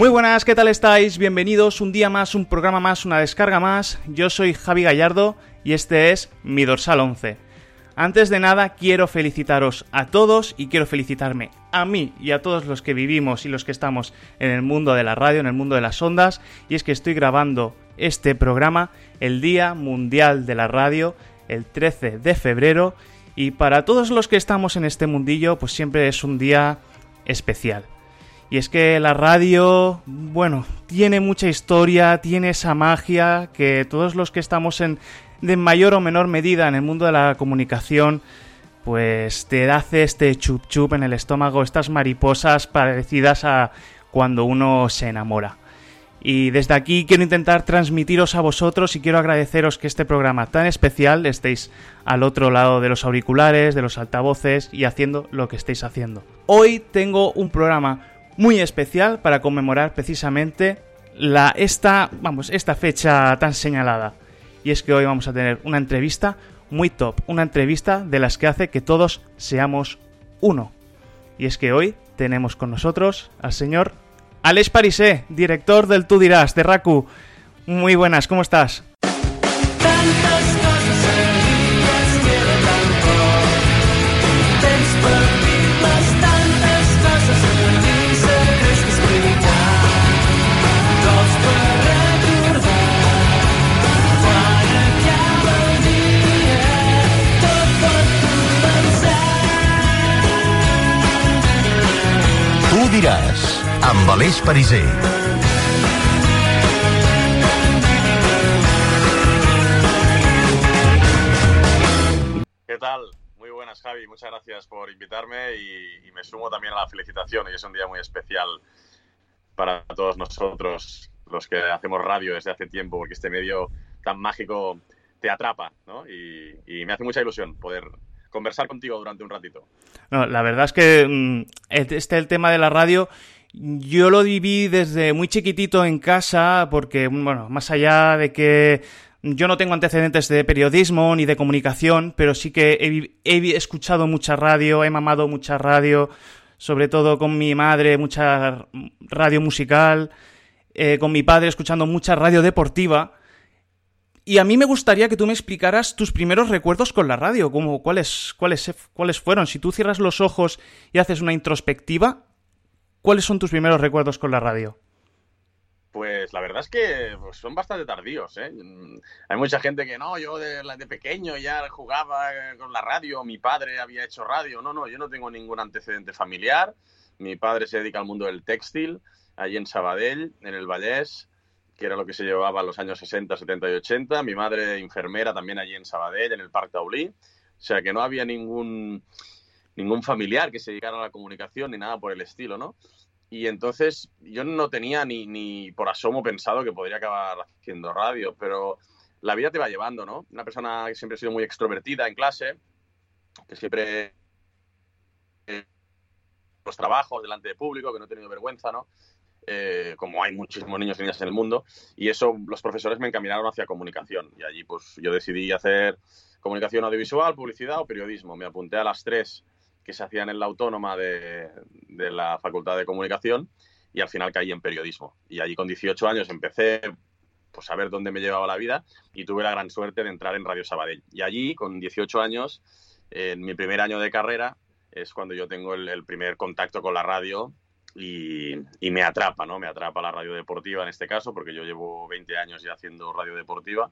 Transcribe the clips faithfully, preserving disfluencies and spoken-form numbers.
Muy buenas, ¿qué tal estáis? Bienvenidos un día más, un programa más, una descarga más. Yo soy Javi Gallardo y este es Mi Dorsal once. Antes de nada, quiero felicitaros a todos y quiero felicitarme a mí y a todos los que vivimos y los que estamos en el mundo de la radio, en el mundo de las ondas, y es que estoy grabando este programa el Día Mundial de la Radio, el trece de febrero, y para todos los que estamos en este mundillo, pues siempre es un día especial. Y es que la radio, bueno, tiene mucha historia, tiene esa magia que todos los que estamos en de mayor o menor medida en el mundo de la comunicación, pues te hace este chup chup en el estómago, estas mariposas parecidas a cuando uno se enamora. Y desde aquí quiero intentar transmitiros a vosotros y quiero agradeceros que este programa tan especial estéis al otro lado de los auriculares, de los altavoces y haciendo lo que estéis haciendo. Hoy tengo un programa muy especial para conmemorar precisamente la, esta, vamos, esta fecha tan señalada. Y es que hoy vamos a tener una entrevista muy top, una entrevista de las que hace que todos seamos uno. Y es que hoy tenemos con nosotros al señor Aleix Parisé, director del Tú Dirás, de RACU. Muy buenas, ¿cómo estás? Tú diràs, amb Aleix Parisé. ¿Qué tal? Muy buenas, Javi. Muchas gracias por invitarme y, y me sumo también a la felicitación. Hoy es un día muy especial para todos nosotros, los que hacemos radio desde hace tiempo, porque este medio tan mágico te atrapa, ¿no? Y, y me hace mucha ilusión poder conversar contigo durante un ratito. No, la verdad es que este el tema de la radio yo lo viví desde muy chiquitito en casa porque, bueno, más allá de que yo no tengo antecedentes de periodismo ni de comunicación, pero sí que he, he escuchado mucha radio, he mamado mucha radio, sobre todo con mi madre, mucha radio musical, eh, con mi padre escuchando mucha radio deportiva. Y a mí me gustaría que tú me explicaras tus primeros recuerdos con la radio, como cuáles, cuáles, cuáles fueron. Si tú cierras los ojos y haces una introspectiva, ¿cuáles son tus primeros recuerdos con la radio? Pues la verdad es que pues, son bastante tardíos, ¿eh? Hay mucha gente que no, yo de, de pequeño ya jugaba con la radio, mi padre había hecho radio. No, no, yo no tengo ningún antecedente familiar. Mi padre se dedica al mundo del textil, allí en Sabadell, en el Vallès, que era lo que se llevaba en los años sesenta, setenta y ochenta. Mi madre enfermera también allí en Sabadell, en el Parc Taulí. O sea que no había ningún, ningún familiar que se dedicara a la comunicación ni nada por el estilo, ¿no? Y entonces yo no tenía ni, ni por asomo pensado que podría acabar haciendo radio, pero la vida te va llevando, ¿no? Una persona que siempre ha sido muy extrovertida en clase, que siempre eh, los trabajos delante de público, que no he tenido vergüenza, ¿no? Eh, como hay muchísimos niños y niñas en el mundo, y eso los profesores me encaminaron hacia comunicación, y allí pues yo decidí hacer comunicación audiovisual, publicidad o periodismo. Me apunté a las tres que se hacían en la autónoma de, de la Facultad de Comunicación y al final caí en periodismo, y allí con dieciocho años empecé pues a ver dónde me llevaba la vida y tuve la gran suerte de entrar en Radio Sabadell, y allí con dieciocho años, en mi primer año de carrera, es cuando yo tengo el, el primer contacto con la radio. Y, y me atrapa, ¿no? Me atrapa la radio deportiva en este caso, porque yo llevo veinte años ya haciendo radio deportiva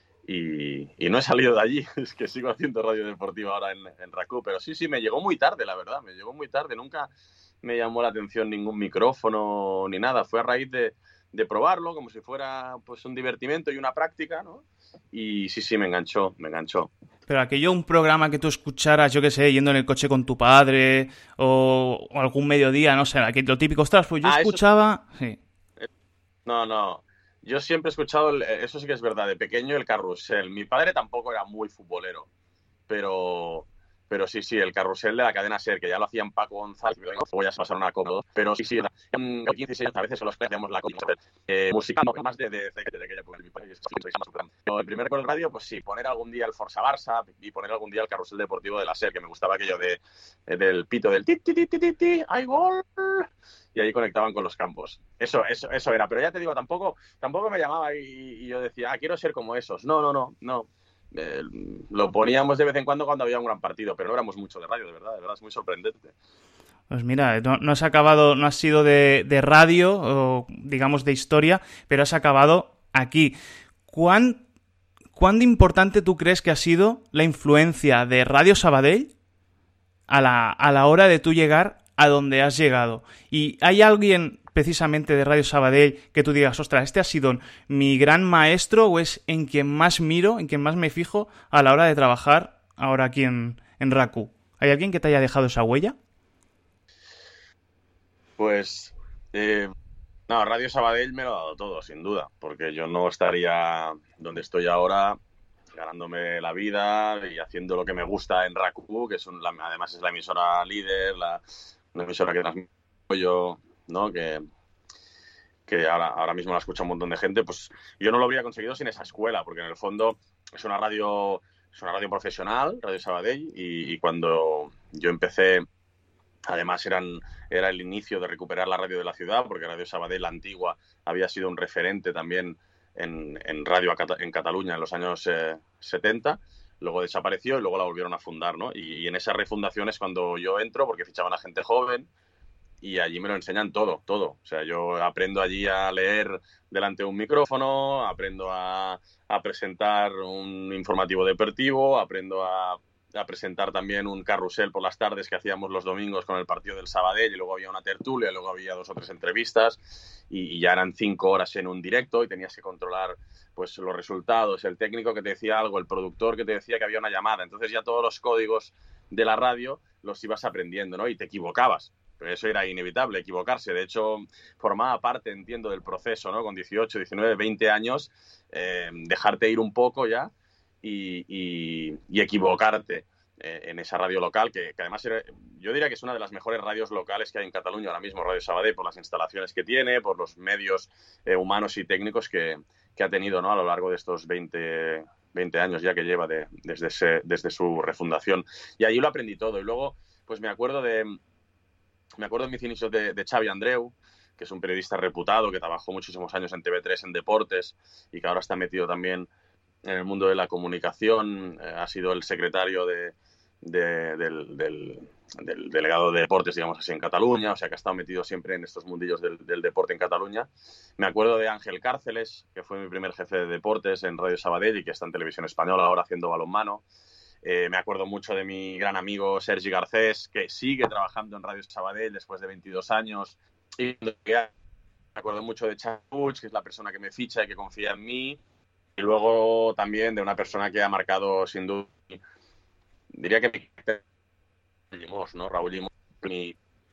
y, y no he salido de allí. Es que sigo haciendo radio deportiva ahora en, en RACU, pero sí, sí, me llegó muy tarde, la verdad, me llegó muy tarde. Nunca me llamó la atención ningún micrófono ni nada. Fue a raíz de, de probarlo como si fuera pues un divertimento y una práctica, ¿no? Y sí, sí, me enganchó, me enganchó. Pero aquello, un programa que tú escucharas, yo qué sé, yendo en el coche con tu padre o, o algún mediodía, no sé, aquello, lo típico, ostras, pues yo ah, escuchaba... Eso... Sí. No, no, yo siempre he escuchado, el, eso sí que es verdad, de pequeño el carrusel. Mi padre tampoco era muy futbolero, pero Pero sí, sí, el carrusel de la cadena SER, que ya lo hacían Paco González, luego ya se pasaron a Copo, pero sí, sí, eran quince, dieciséis, a veces con los que hacíamos la coña, eh, musicando, más de, de, de, de aquella época. El primer recuerdo de radio, pues sí, poner algún día el Forza Barça y poner algún día el carrusel deportivo de la SER, que me gustaba aquello de, del pito del ti, ti, ti, ti, ti, ti, hay gol, y ahí conectaban con los campos. Eso, eso, eso era, pero ya te digo, tampoco, tampoco me llamaba y, y yo decía, ah, quiero ser como esos. No, no, no, no. Eh, lo poníamos de vez en cuando cuando había un gran partido, pero no éramos mucho de radio, de verdad, de verdad, es muy sorprendente. Pues mira, no, no has acabado, no has sido de, de radio, o digamos de historia, pero has acabado aquí. ¿Cuán, ¿Cuán importante tú crees que ha sido la influencia de Radio Sabadell a la, a la hora de tú llegar a donde has llegado? ¿Y hay alguien precisamente de Radio Sabadell que tú digas, ostras, este ha sido mi gran maestro o es en quien más miro, en quien más me fijo a la hora de trabajar ahora aquí en, en R A C U? ¿Hay alguien que te haya dejado esa huella? Pues, eh, no, Radio Sabadell me lo ha dado todo, sin duda, porque yo no estaría donde estoy ahora ganándome la vida y haciendo lo que me gusta en R A C U, que es un, la, además es la emisora líder, la, una emisora que transmito yo, ¿no? Que, que ahora, ahora mismo la escucha un montón de gente, pues yo no lo habría conseguido sin esa escuela, porque en el fondo es una radio, es una radio profesional, Radio Sabadell, y, y cuando yo empecé, además eran, era el inicio de recuperar la radio de la ciudad, porque Radio Sabadell, la antigua, había sido un referente también en, en radio en Cataluña en los años eh, setenta, luego desapareció y luego la volvieron a fundar, ¿no? Y, y en esa refundación es cuando yo entro, porque fichaban a gente joven, y allí me lo enseñan todo, todo. O sea, yo aprendo allí a leer delante de un micrófono, aprendo a, a presentar un informativo deportivo, aprendo a, a presentar también un carrusel por las tardes que hacíamos los domingos con el partido del Sabadell, y luego había una tertulia, y luego había dos o tres entrevistas, y, y ya eran cinco horas en un directo y tenías que controlar pues los resultados, el técnico que te decía algo, el productor que te decía que había una llamada. Entonces ya todos los códigos de la radio los ibas aprendiendo, ¿no? Y te equivocabas. Pero eso era inevitable, equivocarse. De hecho, formaba parte, entiendo, del proceso, ¿no? Con dieciocho, diecinueve, veinte años, eh, dejarte ir un poco ya y, y, y equivocarte eh, en esa radio local, que, que además era, yo diría que es una de las mejores radios locales que hay en Cataluña ahora mismo, Radio Sabadell, por las instalaciones que tiene, por los medios eh, humanos y técnicos que, que ha tenido, ¿no? A lo largo de estos veinte, veinte años ya que lleva de, desde, ese, desde su refundación. Y allí lo aprendí todo. Y luego, pues me acuerdo de... Me acuerdo de mis inicios de, de Xavi Andreu, que es un periodista reputado, que trabajó muchísimos años en T V tres en deportes y que ahora está metido también en el mundo de la comunicación. Eh, ha sido el secretario de, de, del, del, del delegado de deportes, digamos así, en Cataluña, o sea que ha estado metido siempre en estos mundillos del, del deporte en Cataluña. Me acuerdo de Ángel Cárceles, que fue mi primer jefe de deportes en Radio Sabadell y que está en Televisión Española ahora haciendo balonmano. Eh, me acuerdo mucho de mi gran amigo Sergi Garcés, que sigue trabajando en Radio Sabadell después de veintidós años. Y me acuerdo mucho de Chapuch, que es la persona que me ficha y que confía en mí. Y luego también de una persona que ha marcado, sin duda, diría que mi Limos, ¿no? Raúl Limos, mi,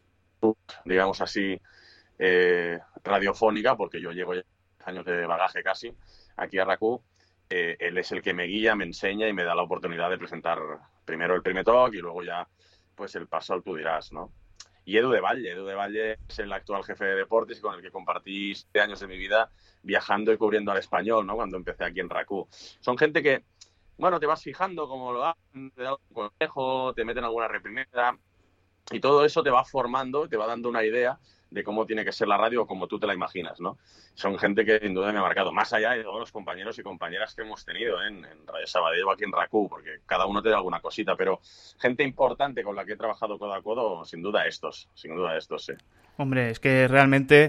digamos así, eh, radiofónica, porque yo llevo ya años de bagaje casi aquí a R A C U. Eh, él es el que me guía, me enseña y me da la oportunidad de presentar primero el primer talk y luego ya pues el paso al tú dirás, ¿no? Y Edu de Valle, Edu de Valle es el actual jefe de deportes con el que compartí siete años de mi vida viajando y cubriendo al español, ¿no? Cuando empecé aquí en R A C U. Son gente que, bueno, te vas fijando cómo lo hacen, te dan un consejo, te meten alguna reprimenda y todo eso te va formando, te va dando una idea de cómo tiene que ser la radio o como tú te la imaginas, ¿no? Son gente que sin duda me ha marcado, más allá de todos los compañeros y compañeras que hemos tenido ¿eh? en, en Radio Sabadell o aquí en R A C U, porque cada uno te da alguna cosita, pero gente importante con la que he trabajado codo a codo, sin duda estos, sin duda estos, sí. Hombre, es que realmente,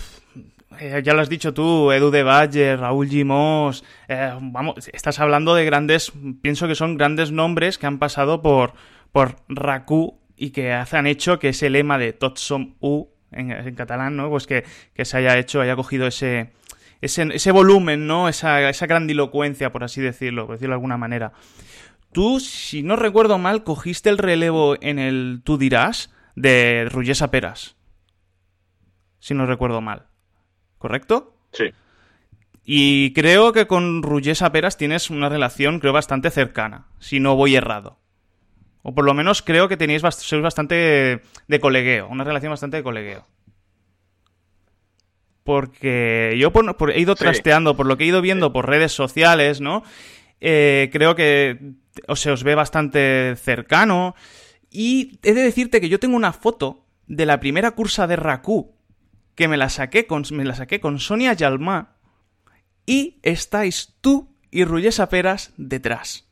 eh, ya lo has dicho tú, Edu de Valle, Raúl Limos, eh, vamos, estás hablando de grandes, pienso que son grandes nombres que han pasado por, por R A C U y que han hecho que ese lema de Tots som u, En, en catalán, ¿no? Pues que, que se haya hecho, haya cogido ese, ese, ese volumen, ¿no? Esa, esa grandilocuencia, por así decirlo, por decirlo de alguna manera. Tú, si no recuerdo mal, cogiste el relevo en el Tú dirás de Roger Saperas. Si no recuerdo mal. ¿Correcto? Sí. Y creo que con Roger Saperas tienes una relación, creo, bastante cercana, si no voy errado. O por lo menos creo que teníais bast- sois bastante de colegueo, una relación bastante de colegueo. Porque yo por, por- he ido Sí. trasteando, por lo que he ido viendo por redes sociales, ¿no? Eh, creo que o se os ve bastante cercano. Y he de decirte que yo tengo una foto de la primera cursa de Raku, que me la saqué con, me la saqué con Sonia Yalmá, y estáis tú y Roger Saperas detrás.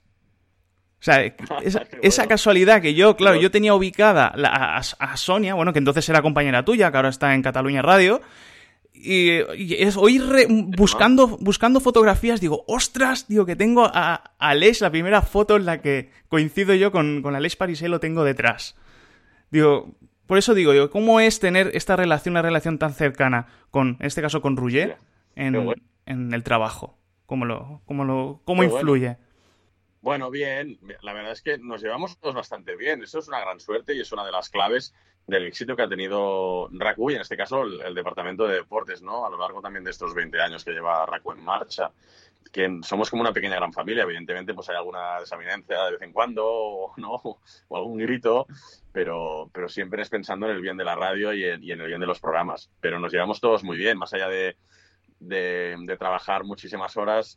O sea, esa, Qué esa bueno. casualidad que yo, claro, Pero- yo tenía ubicada la- a, a Sonia, bueno, que entonces era compañera tuya, que ahora está en Cataluña Radio, y, y es, hoy re- buscando, buscando fotografías, digo, ostras, digo, que tengo a, a Aleix, la primera foto en la que coincido yo con, con Aleix Parisé, lo tengo detrás. Digo, por eso digo, digo, ¿cómo es tener esta relación, una relación tan cercana con, en este caso, con Roger, en, Qué bueno. en el trabajo? ¿Cómo lo, cómo lo, cómo Qué bueno. influye? Bueno, bien, la verdad es que nos llevamos todos bastante bien. Eso es una gran suerte y es una de las claves del éxito que ha tenido RACU y en este caso el, el Departamento de Deportes, ¿no? A lo largo también de estos veinte años que lleva RACU en marcha, que somos como una pequeña gran familia. Evidentemente, pues hay alguna desavenencia de vez en cuando, o, ¿no? O algún grito, pero, pero siempre es pensando en el bien de la radio y en, y en el bien de los programas. Pero nos llevamos todos muy bien, más allá de, de, de trabajar muchísimas horas.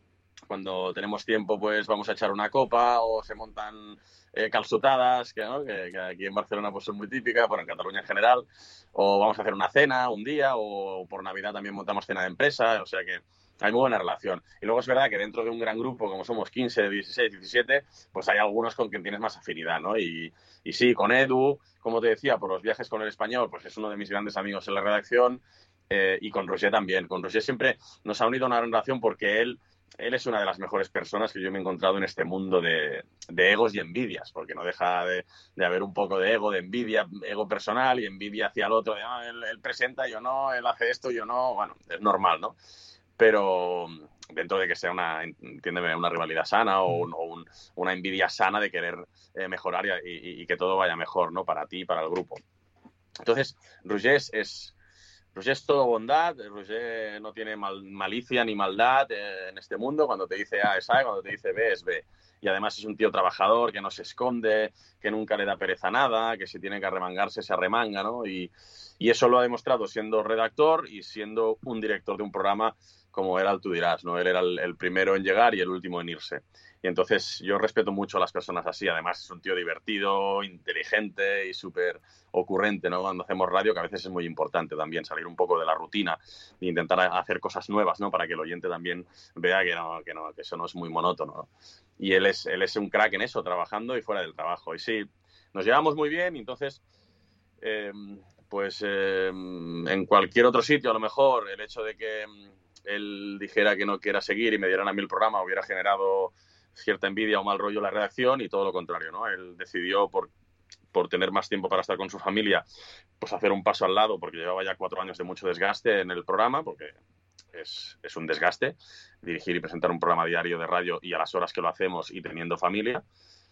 Cuando tenemos tiempo, pues vamos a echar una copa o se montan eh, calçotadas, que, ¿no? que, que aquí en Barcelona pues son muy típicas, bueno, en Cataluña en general, o vamos a hacer una cena un día, o por Navidad también montamos cena de empresa, o sea que hay muy buena relación. Y luego es verdad que dentro de un gran grupo, como somos quince, dieciséis, diecisiete, pues hay algunos con quien tienes más afinidad, ¿no? Y, y sí, con Edu, como te decía, por los viajes con el español, pues es uno de mis grandes amigos en la redacción, eh, y con Roger también. Con Roger siempre nos ha unido una relación porque él Él es una de las mejores personas que yo me he encontrado en este mundo de, de egos y envidias, porque no deja de, de haber un poco de ego, de envidia, ego personal y envidia hacia el otro, de ah, él, él presenta, yo no, él hace esto, yo no, bueno, es normal, ¿no? Pero dentro de que sea una, entiéndeme, una rivalidad sana o, un, o un, una envidia sana de querer eh, mejorar y, y, y que todo vaya mejor, ¿no? Para ti y para el grupo. Entonces, Roger es... es Roger es todo bondad, Roger no tiene mal, malicia ni maldad eh, en este mundo. Cuando te dice A es A, cuando te dice B es B. Y además es un tío trabajador que no se esconde, que nunca le da pereza a nada, que si tiene que arremangarse se arremanga, ¿no? Y, y eso lo ha demostrado siendo redactor y siendo un director de un programa como era el Tú Dirás, ¿no? Él era el, el primero en llegar y el último en irse. Y entonces yo respeto mucho a las personas así. Además es un tío divertido, inteligente y súper ocurrente, ¿no? Cuando hacemos radio, que a veces es muy importante también salir un poco de la rutina e intentar hacer cosas nuevas, ¿no? Para que el oyente también vea que, no, que, no, que eso no es muy monótono, ¿no? Y él es, él es un crack en eso, trabajando y fuera del trabajo. Y sí, nos llevamos muy bien y entonces... Eh, pues eh, en cualquier otro sitio, a lo mejor, el hecho de que él dijera que no quiera seguir y me dieran a mí el programa hubiera generado cierta envidia o mal rollo en la redacción y todo lo contrario, ¿no? Él decidió por, por tener más tiempo para estar con su familia, pues hacer un paso al lado porque llevaba ya cuatro años de mucho desgaste en el programa, porque es, es un desgaste dirigir y presentar un programa diario de radio y a las horas que lo hacemos y teniendo familia.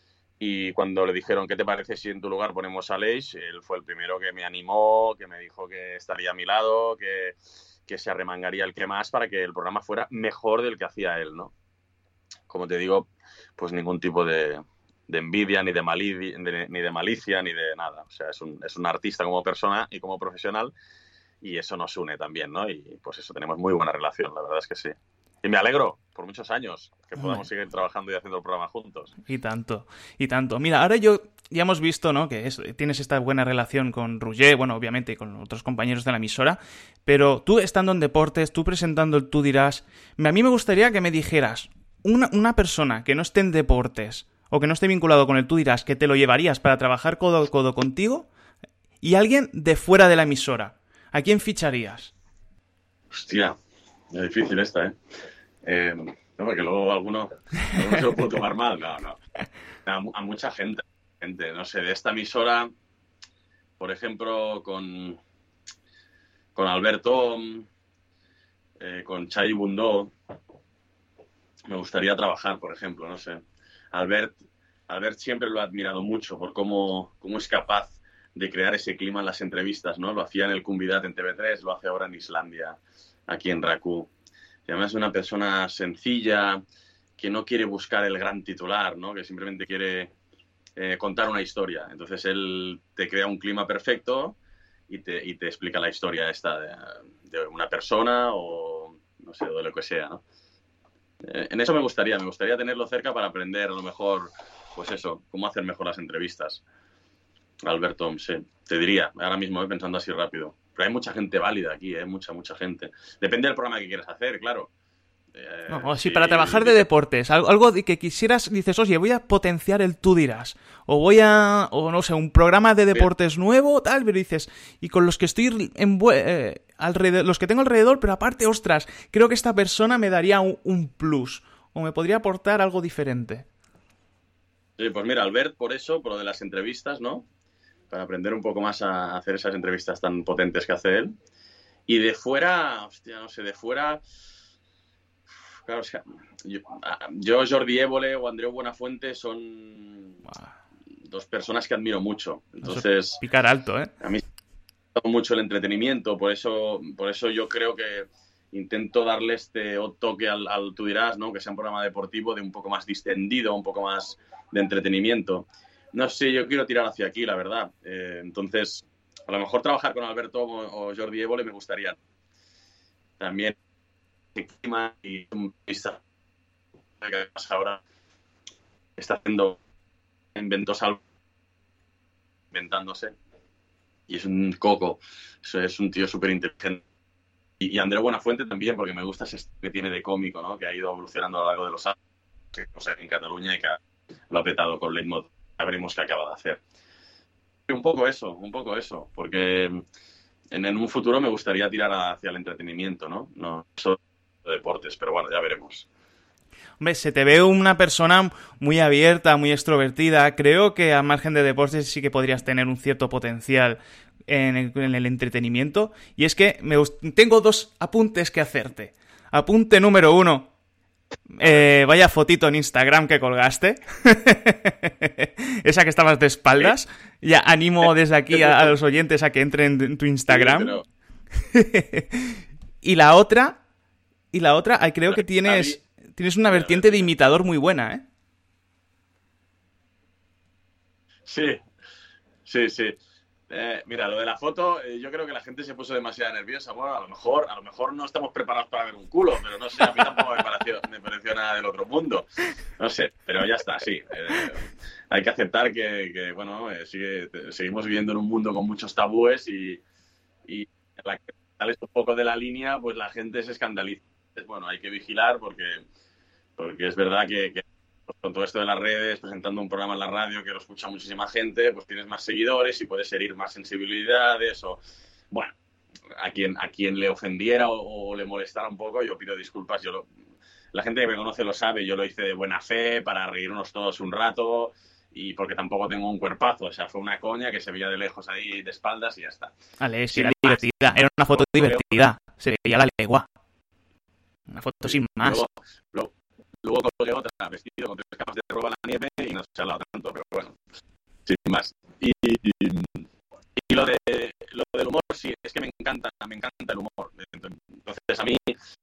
Y cuando le dijeron, ¿qué te parece si en tu lugar ponemos a Aleix? Él fue el primero que me animó, que me dijo que estaría a mi lado, que, que se arremangaría el que más para que el programa fuera mejor del que hacía él, ¿no? Como te digo, pues ningún tipo de, de envidia, ni de, mali, de, ni de malicia, ni de nada. O sea, es un, es un artista como persona y como profesional y eso nos une también, ¿no? Y pues eso, tenemos muy buena relación, la verdad es que sí. Y me alegro por muchos años que podamos Hombre. seguir trabajando y haciendo el programa juntos. Y tanto, y tanto. Mira, ahora yo ya hemos visto, ¿no? Que es, tienes esta buena relación con Roger, bueno, obviamente, y con otros compañeros de la emisora, pero tú estando en deportes, tú presentando el Tú Dirás, a mí me gustaría que me dijeras una, una persona que no esté en deportes o que no esté vinculado con el Tú Dirás, que te lo llevarías para trabajar codo a codo contigo, y alguien de fuera de la emisora. ¿A quién ficharías? Hostia, es difícil esta, ¿eh? eh no, porque luego alguno, alguno se lo puede tomar mal. No, no. A, a mucha gente, gente, no sé, de esta emisora, por ejemplo, con, con Alberto, eh, con Xavi Bundó, me gustaría trabajar, por ejemplo, no sé. Albert, Albert siempre lo he admirado mucho por cómo, cómo es capaz de crear ese clima en las entrevistas, ¿no? Lo hacía en el Convidat en T V tres, lo hace ahora en Islandia, aquí en RACU. Y además es una persona sencilla, que no quiere buscar el gran titular, ¿no? Que simplemente quiere eh, contar una historia. Entonces él te crea un clima perfecto y te, y te explica la historia esta de, de una persona o no sé, de lo que sea, ¿no? Eh, en eso me gustaría, me gustaría tenerlo cerca para aprender a lo mejor, pues eso, cómo hacer mejor las entrevistas. Alberto, sí, te diría, ahora mismo eh, pensando así rápido. Pero hay mucha gente válida aquí, ¿eh? Mucha, mucha gente. Depende del programa que quieras hacer, claro. Eh, no, sí, si... para trabajar de deportes, algo, algo de que quisieras, dices, oye, voy a potenciar el tú dirás, o voy a, o no sé, un programa de deportes Bien. nuevo, tal, pero dices, y con los que estoy en, eh, alrededor, los que tengo alrededor, pero aparte, ostras, creo que esta persona me daría un, un plus, o me podría aportar algo diferente. Sí, pues mira, Albert, por eso, por lo de las entrevistas, ¿no? Para aprender un poco más a hacer esas entrevistas tan potentes que hace él. Y de fuera, hostia, no sé, de fuera... Claro, o sea, yo, yo, Jordi Évole o Andreu Buenafuente son wow. dos personas que admiro mucho. Entonces, picar alto, ¿eh? A mí me gusta mucho el entretenimiento, por eso, por eso yo creo que intento darle este toque al, al Tú dirás, ¿no? Que sea un programa deportivo de un poco más distendido, un poco más de entretenimiento. No sé, yo quiero tirar hacia aquí, la verdad. Eh, entonces, a lo mejor trabajar con Alberto o, o Jordi Évole me gustaría. También y un pista que ahora está haciendo inventos algo inventándose y es un coco, es un tío súper inteligente y, y Andreu Buenafuente también, porque me gusta ese que tiene de cómico, ¿no? Que ha ido evolucionando a lo largo de los años, o sea, en Cataluña y que lo ha petado con Leitmotiv. Ya veremos qué acaba de hacer. Un poco eso, un poco eso, porque en, en un futuro me gustaría tirar hacia el entretenimiento, ¿no? No solo deportes, pero bueno, ya veremos. Hombre, se te ve una persona muy abierta, muy extrovertida. Creo que a margen de deportes sí que podrías tener un cierto potencial en el, en el entretenimiento. Y es que me, tengo dos apuntes que hacerte. Apunte número uno. Eh, vaya fotito en Instagram que colgaste. Esa que estabas de espaldas. Ya animo desde aquí a, a los oyentes a que entren en tu Instagram. Sí, pero... y la otra... Y la otra, creo que tienes, tienes una vertiente de imitador muy buena, ¿eh? Sí, sí, sí. Eh, mira, lo de la foto, eh, yo creo que la gente se puso demasiado nerviosa. Bueno, a lo mejor, a lo mejor no estamos preparados para ver un culo, pero no sé, a mí tampoco me pareció, me pareció nada del otro mundo. No sé, pero ya está, sí. Eh, hay que aceptar que, que bueno, eh, sigue, seguimos viviendo en un mundo con muchos tabúes y, y la que sales un poco de la línea, pues la gente se escandaliza. Bueno, hay que vigilar porque, porque es verdad que, que con todo esto de las redes, presentando un programa en la radio que lo escucha muchísima gente, pues tienes más seguidores y puedes herir más sensibilidades o, bueno, a quien, a quien le ofendiera o, o le molestara un poco, yo pido disculpas. Yo lo, la gente que me conoce lo sabe, yo lo hice de buena fe para reírnos todos un rato y porque tampoco tengo un cuerpazo, o sea, fue una coña que se veía de lejos ahí de espaldas y ya está. Vale, sí, era divertida, era una foto divertida, se veía la legua. Una foto sin más. Luego, luego, luego colgué otra vestido con tres capas de ropa en la nieve y no se ha hablado tanto, pero bueno, sin más. Y, y, y lo, de, lo del humor, sí, es que me encanta, me encanta el humor. Entonces, a mí,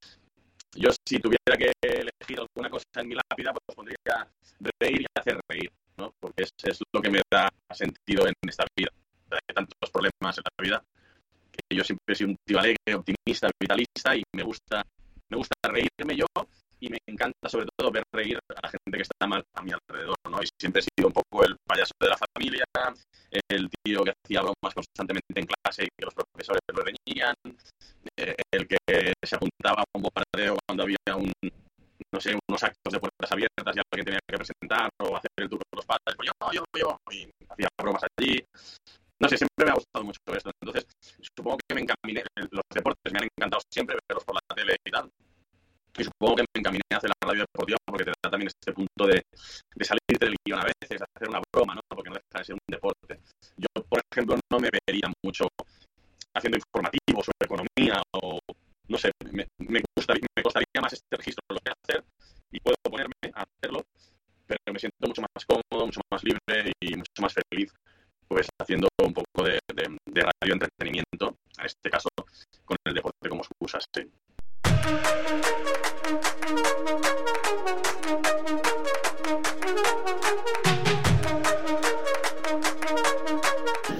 yo si tuviera que elegir alguna cosa en mi lápida, pues pondría reír y hacer reír, ¿no? Porque es, es lo que me da sentido en esta vida. Hay tantos problemas en la vida que yo siempre he sido un tío alegre, optimista, vitalista y me gusta Me gusta reírme yo y me encanta sobre todo ver reír a la gente que está mal a mi alrededor, ¿no? Y siempre he sido un poco el payaso de la familia, el tío que hacía bromas constantemente en clase y que los profesores lo reñían, eh, el que se apuntaba a un bombardeo cuando había un, no sé, unos actos de puertas abiertas y alguien tenía que presentar o hacer el tour con los padres, pues yo, yo, yo, y hacía bromas allí. No sé, siempre me ha gustado mucho esto. Entonces, supongo que me encaminé. Los deportes me han encantado siempre, verlos por la tele y tal. Y supongo que me encaminé hacia la radio deportiva porque te da también este punto de, de salirte del guión a veces, de hacer una broma, ¿no? Porque no deja de ser un deporte. Yo, por ejemplo, no me vería mucho haciendo informativos sobre economía o, no sé, me, me, gustaría, me costaría más este registro lo que hacer y puedo ponerme a hacerlo, pero me siento mucho más cómodo, mucho más libre y mucho más feliz pues haciendo un poco de, de, de radio entretenimiento, en este caso con el deporte como excusa, sí.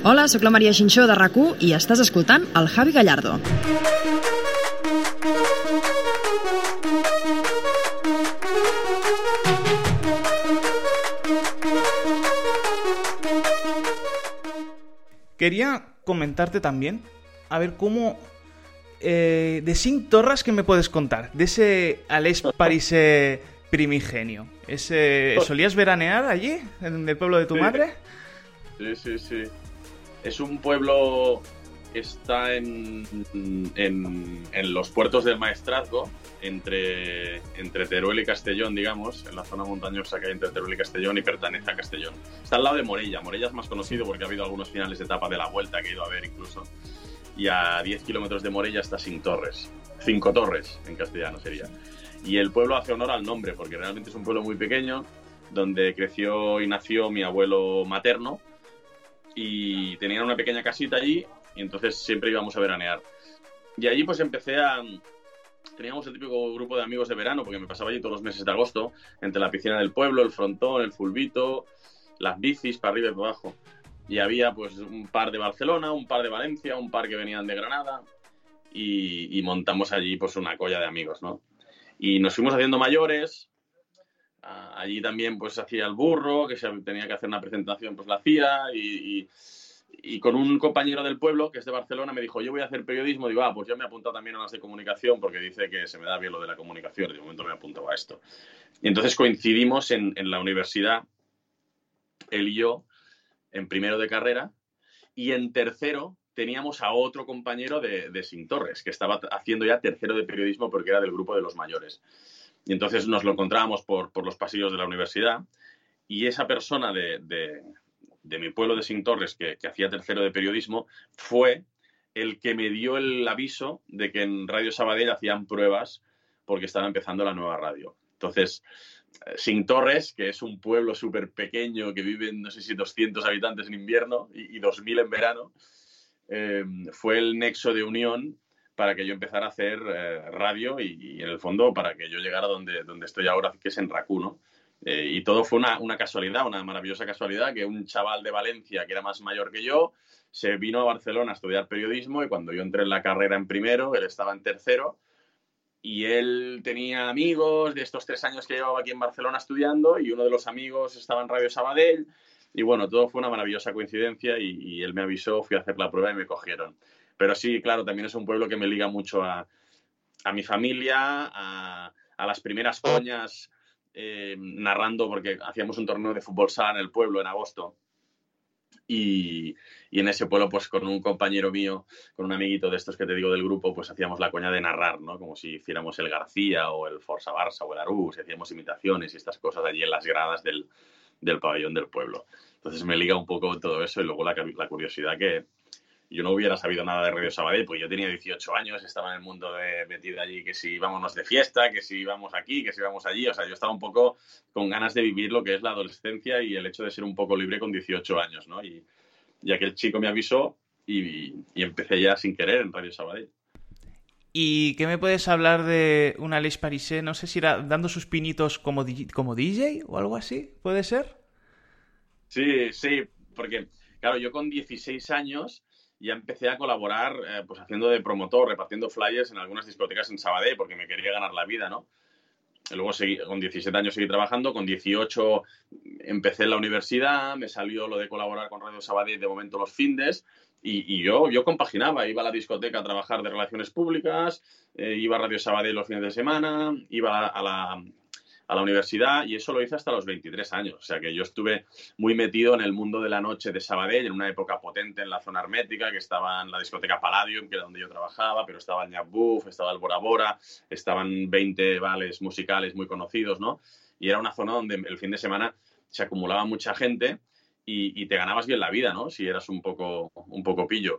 Hola, sóc la Maria Xinxó de RAC u i estàs escoltant el Javi Gallardo. Quería comentarte también, a ver cómo... Eh, de Cinc Torres, ¿qué me puedes contar? De ese Aleix Parisé primigenio. Ese, ¿solías veranear allí, en el pueblo de tu sí. madre? Sí, sí, sí. Es un pueblo que está en, en, en los puertos del Maestrazgo, entre, entre Teruel y Castellón, digamos, en la zona montañosa que hay entre Teruel y Castellón, y pertenece a Castellón. Está al lado de Morella. Morella es más conocido porque ha habido algunos finales de etapa de la Vuelta que he ido a ver incluso. Y a diez kilómetros de Morella está Cinc Torres. Cinco Torres, en castellano sería. Y el pueblo hace honor al nombre, porque realmente es un pueblo muy pequeño, donde creció y nació mi abuelo materno, y tenían una pequeña casita allí, y entonces siempre íbamos a veranear. Y allí pues empecé a... Teníamos el típico grupo de amigos de verano, porque me pasaba allí todos los meses de agosto, entre la piscina del pueblo, el frontón, el fulbito, las bicis para arriba y para abajo. Y había pues un par de Barcelona, un par de Valencia, un par que venían de Granada, y, y montamos allí pues una colla de amigos, ¿no? Y nos fuimos haciendo mayores. Uh, allí también pues hacía el burro, que se tenía que hacer una presentación, pues la hacía, y, y, y con un compañero del pueblo, que es de Barcelona, me dijo, yo voy a hacer periodismo. Digo, ah, pues yo me he apuntado también a las de comunicación, porque dice que se me da bien lo de la comunicación, y de momento me he apuntado a esto. Y entonces coincidimos en, en la universidad, él y yo, en primero de carrera, y en tercero teníamos a otro compañero de, de Cinc Torres, que estaba haciendo ya tercero de periodismo porque era del grupo de los mayores. Y entonces nos lo encontrábamos por, por los pasillos de la universidad, y esa persona de, de, de mi pueblo de Cinc Torres, que, que hacía tercero de periodismo, fue el que me dio el aviso de que en Radio Sabadell hacían pruebas porque estaba empezando la nueva radio. Entonces, Cinc Torres, que es un pueblo súper pequeño que viven, no sé si doscientos habitantes en invierno y, y dos mil en verano, eh, fue el nexo de unión para que yo empezara a hacer eh, radio y, y, en el fondo, para que yo llegara donde, donde estoy ahora, que es en RAC u, ¿no? Eh, y todo fue una, una casualidad, una maravillosa casualidad, que un chaval de Valencia, que era más mayor que yo, se vino a Barcelona a estudiar periodismo, y cuando yo entré en la carrera en primero, él estaba en tercero, y él tenía amigos de estos tres años que llevaba aquí en Barcelona estudiando, y uno de los amigos estaba en Radio Sabadell, y bueno, todo fue una maravillosa coincidencia, y, y él me avisó, fui a hacer la prueba y me cogieron. Pero sí, claro, también es un pueblo que me liga mucho a, a mi familia, a, a las primeras coñas, eh, narrando, porque hacíamos un torneo de fútbol sala en el pueblo en agosto. Y, y en ese pueblo, pues con un compañero mío, con un amiguito de estos que te digo del grupo, pues hacíamos la coña de narrar, ¿no? Como si hiciéramos el García o el Forza Barça o el Arús, y hacíamos imitaciones y estas cosas allí en las gradas del, del pabellón del pueblo. Entonces me liga un poco todo eso, y luego la, la curiosidad que yo no hubiera sabido nada de Radio Sabadell, porque yo tenía dieciocho años, estaba en el mundo de metido allí, que si íbamos de fiesta, que si íbamos aquí, que si íbamos allí. O sea, yo estaba un poco con ganas de vivir lo que es la adolescencia y el hecho de ser un poco libre con dieciocho años, ¿no? Y, y aquel chico me avisó y, y empecé ya sin querer en Radio Sabadell. ¿Y qué me puedes hablar de un Aleix Parisé? No sé si era dando sus pinitos como, como D J o algo así, ¿puede ser? Sí, sí, porque, claro, yo con dieciséis años ya empecé a colaborar, eh, pues haciendo de promotor, repartiendo flyers en algunas discotecas en Sabadell, porque me quería ganar la vida, ¿no? Luego seguí, con diecisiete años seguí trabajando, con dieciocho empecé en la universidad, me salió lo de colaborar con Radio Sabadell de momento los findes, y, y yo, yo compaginaba, iba a la discoteca a trabajar de relaciones públicas, eh, iba a Radio Sabadell los fines de semana, iba a la... a la universidad, y eso lo hice hasta los veintitrés años. O sea que yo estuve muy metido en el mundo de la noche de Sabadell, en una época potente en la zona hermética, que estaba en la discoteca Palladium, que era donde yo trabajaba, pero estaba el Nyap Buff, estaba el Bora Bora, estaban veinte vales musicales muy conocidos, ¿no? Y era una zona donde el fin de semana se acumulaba mucha gente y, y te ganabas bien la vida, ¿no? Si eras un poco, un poco pillo.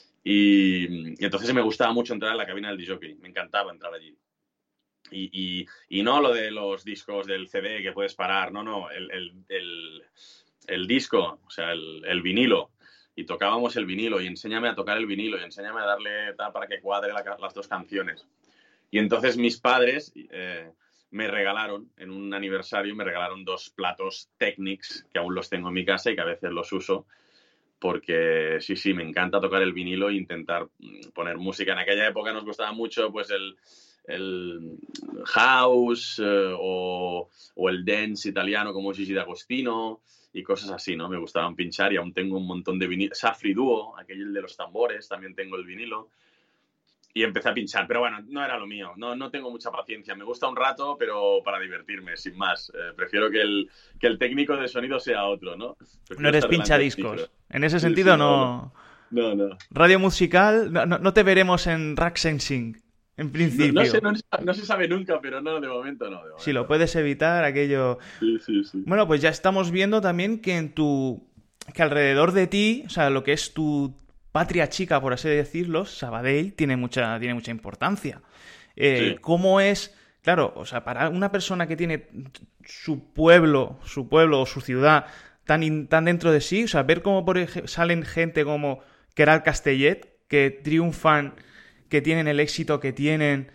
Y, y entonces me gustaba mucho entrar en la cabina del disc jockey, me encantaba entrar allí. Y, y, y no lo de los discos del C D que puedes parar, no, no, el, el, el, el disco, o sea, el, el vinilo. Y tocábamos el vinilo, y enséñame a tocar el vinilo, y enséñame a darle tal para que cuadre la, las dos canciones. Y entonces mis padres eh, me regalaron, en un aniversario, me regalaron dos platos Technics, que aún los tengo en mi casa y que a veces los uso, porque sí, sí, me encanta tocar el vinilo e intentar poner música. En aquella época nos gustaba mucho pues el, el house eh, o, o el dance italiano como Gigi D'Agostino y cosas así, ¿no? Me gustaban pinchar y aún tengo un montón de vinilo. Safri Duo, aquel de los tambores, también tengo el vinilo. Y empecé a pinchar, pero bueno, no era lo mío, no, no tengo mucha paciencia, me gusta un rato, pero para divertirme, sin más. Eh, prefiero que el, que el técnico de sonido sea otro, ¿no? Prefiero no eres pinchadiscos. En ese sentido, sí, sí, no... no... No, no. Radio musical, no, no te veremos en Rack Sensing, en principio. No, no, sé, no, no se sabe nunca, pero no, de momento no. De momento. Si lo puedes evitar, aquello... Sí, sí, sí. Bueno, pues ya estamos viendo también que en tu... que alrededor de ti, o sea, lo que es tu... patria chica, por así decirlo, Sabadell, tiene mucha, tiene mucha importancia. Eh, sí. ¿Cómo es? Claro, o sea, para una persona que tiene su pueblo, su pueblo o su ciudad tan, in, tan dentro de sí, o sea, ver cómo por ejemplo, salen gente como Queralt Castellet, que triunfan, que tienen el éxito que tienen,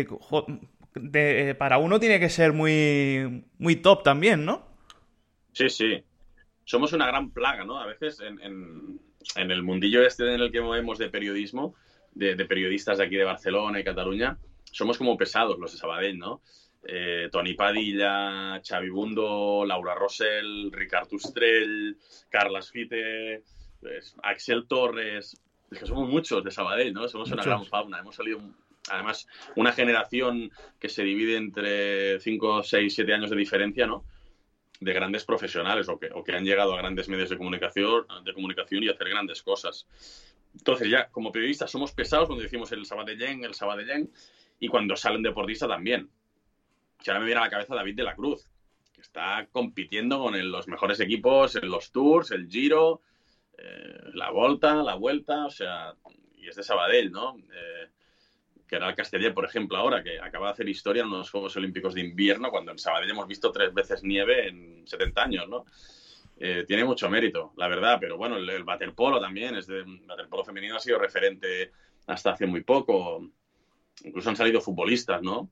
de, para uno tiene que ser muy, muy top también, ¿no? Sí, sí. Somos una gran plaga, ¿no? A veces en... en... en el mundillo este en el que movemos de periodismo, de, de periodistas de aquí de Barcelona y Cataluña, somos como pesados los de Sabadell, ¿no? Eh, Toni Padilla, Xavi Bundo, Laura Rosell, Ricard Ustrell, Carles Fite, pues, Axel Torres... Es que somos muchos de Sabadell, ¿no? Somos una gran fauna. Hemos salido, además, una generación que se divide entre cinco, seis, siete años de diferencia, ¿no? De grandes profesionales o que, o que han llegado a grandes medios de comunicación, de comunicación y hacer grandes cosas. Entonces ya, como periodistas, somos pesados cuando decimos el Sabadellén, el Sabadellén, y cuando sale un deportista también. Que ahora me viene a la cabeza David de la Cruz, que está compitiendo con el, los mejores equipos en los Tours, el Giro, eh, la Volta, la Vuelta, o sea, y es de Sabadell, ¿no? Eh, Queralt Castellet, por ejemplo, ahora, que acaba de hacer historia en unos Juegos Olímpicos de invierno, cuando en Sabadell hemos visto tres veces nieve en setenta años, ¿no? Eh, tiene mucho mérito, la verdad, pero bueno, el, el waterpolo también, es de, el waterpolo femenino ha sido referente hasta hace muy poco. Incluso han salido futbolistas, ¿no?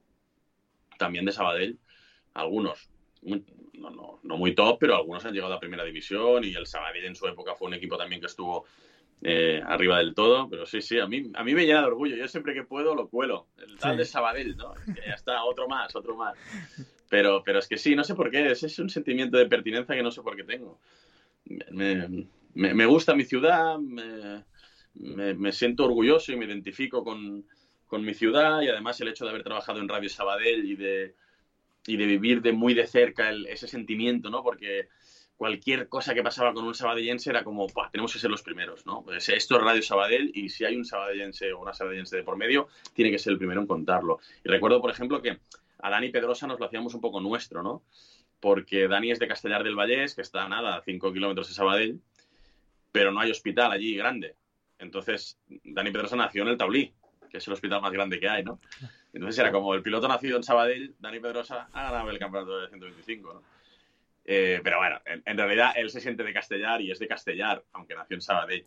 También de Sabadell, algunos. Muy, no, no, no muy top, pero algunos han llegado a primera división y el Sabadell en su época fue un equipo también que estuvo... Eh, arriba del todo, pero sí, sí, a mí, a mí me llena de orgullo. Yo siempre que puedo lo cuelo. El tal sí. de Sabadell, ¿no? Que ya está, otro más, otro más. Pero, pero es que sí, no sé por qué. Es, es un sentimiento de pertinencia que no sé por qué tengo. Me, me, me gusta mi ciudad, me, me, me siento orgulloso y me identifico con, con mi ciudad y además el hecho de haber trabajado en Radio Sabadell y de, y de vivir de muy de cerca el, ese sentimiento, ¿no? Porque cualquier cosa que pasaba con un sabadellense era como, ¡pah!, tenemos que ser los primeros, ¿no? Pues esto es Radio Sabadell y si hay un sabadellense o una sabadellense de por medio, tiene que ser el primero en contarlo. Y recuerdo, por ejemplo, que a Dani Pedrosa nos lo hacíamos un poco nuestro, ¿no? Porque Dani es de Castellar del Vallès, que está, nada, a cinco kilómetros de Sabadell, pero no hay hospital allí grande. Entonces, Dani Pedrosa nació en el Taulí, que es el hospital más grande que hay, ¿no? Entonces era como el piloto nacido en Sabadell, Dani Pedrosa ha ganado el campeonato de ciento veinticinco, ¿no? Eh, pero bueno, en, en realidad él se siente de Castellar y es de Castellar, aunque nació en Sabadell.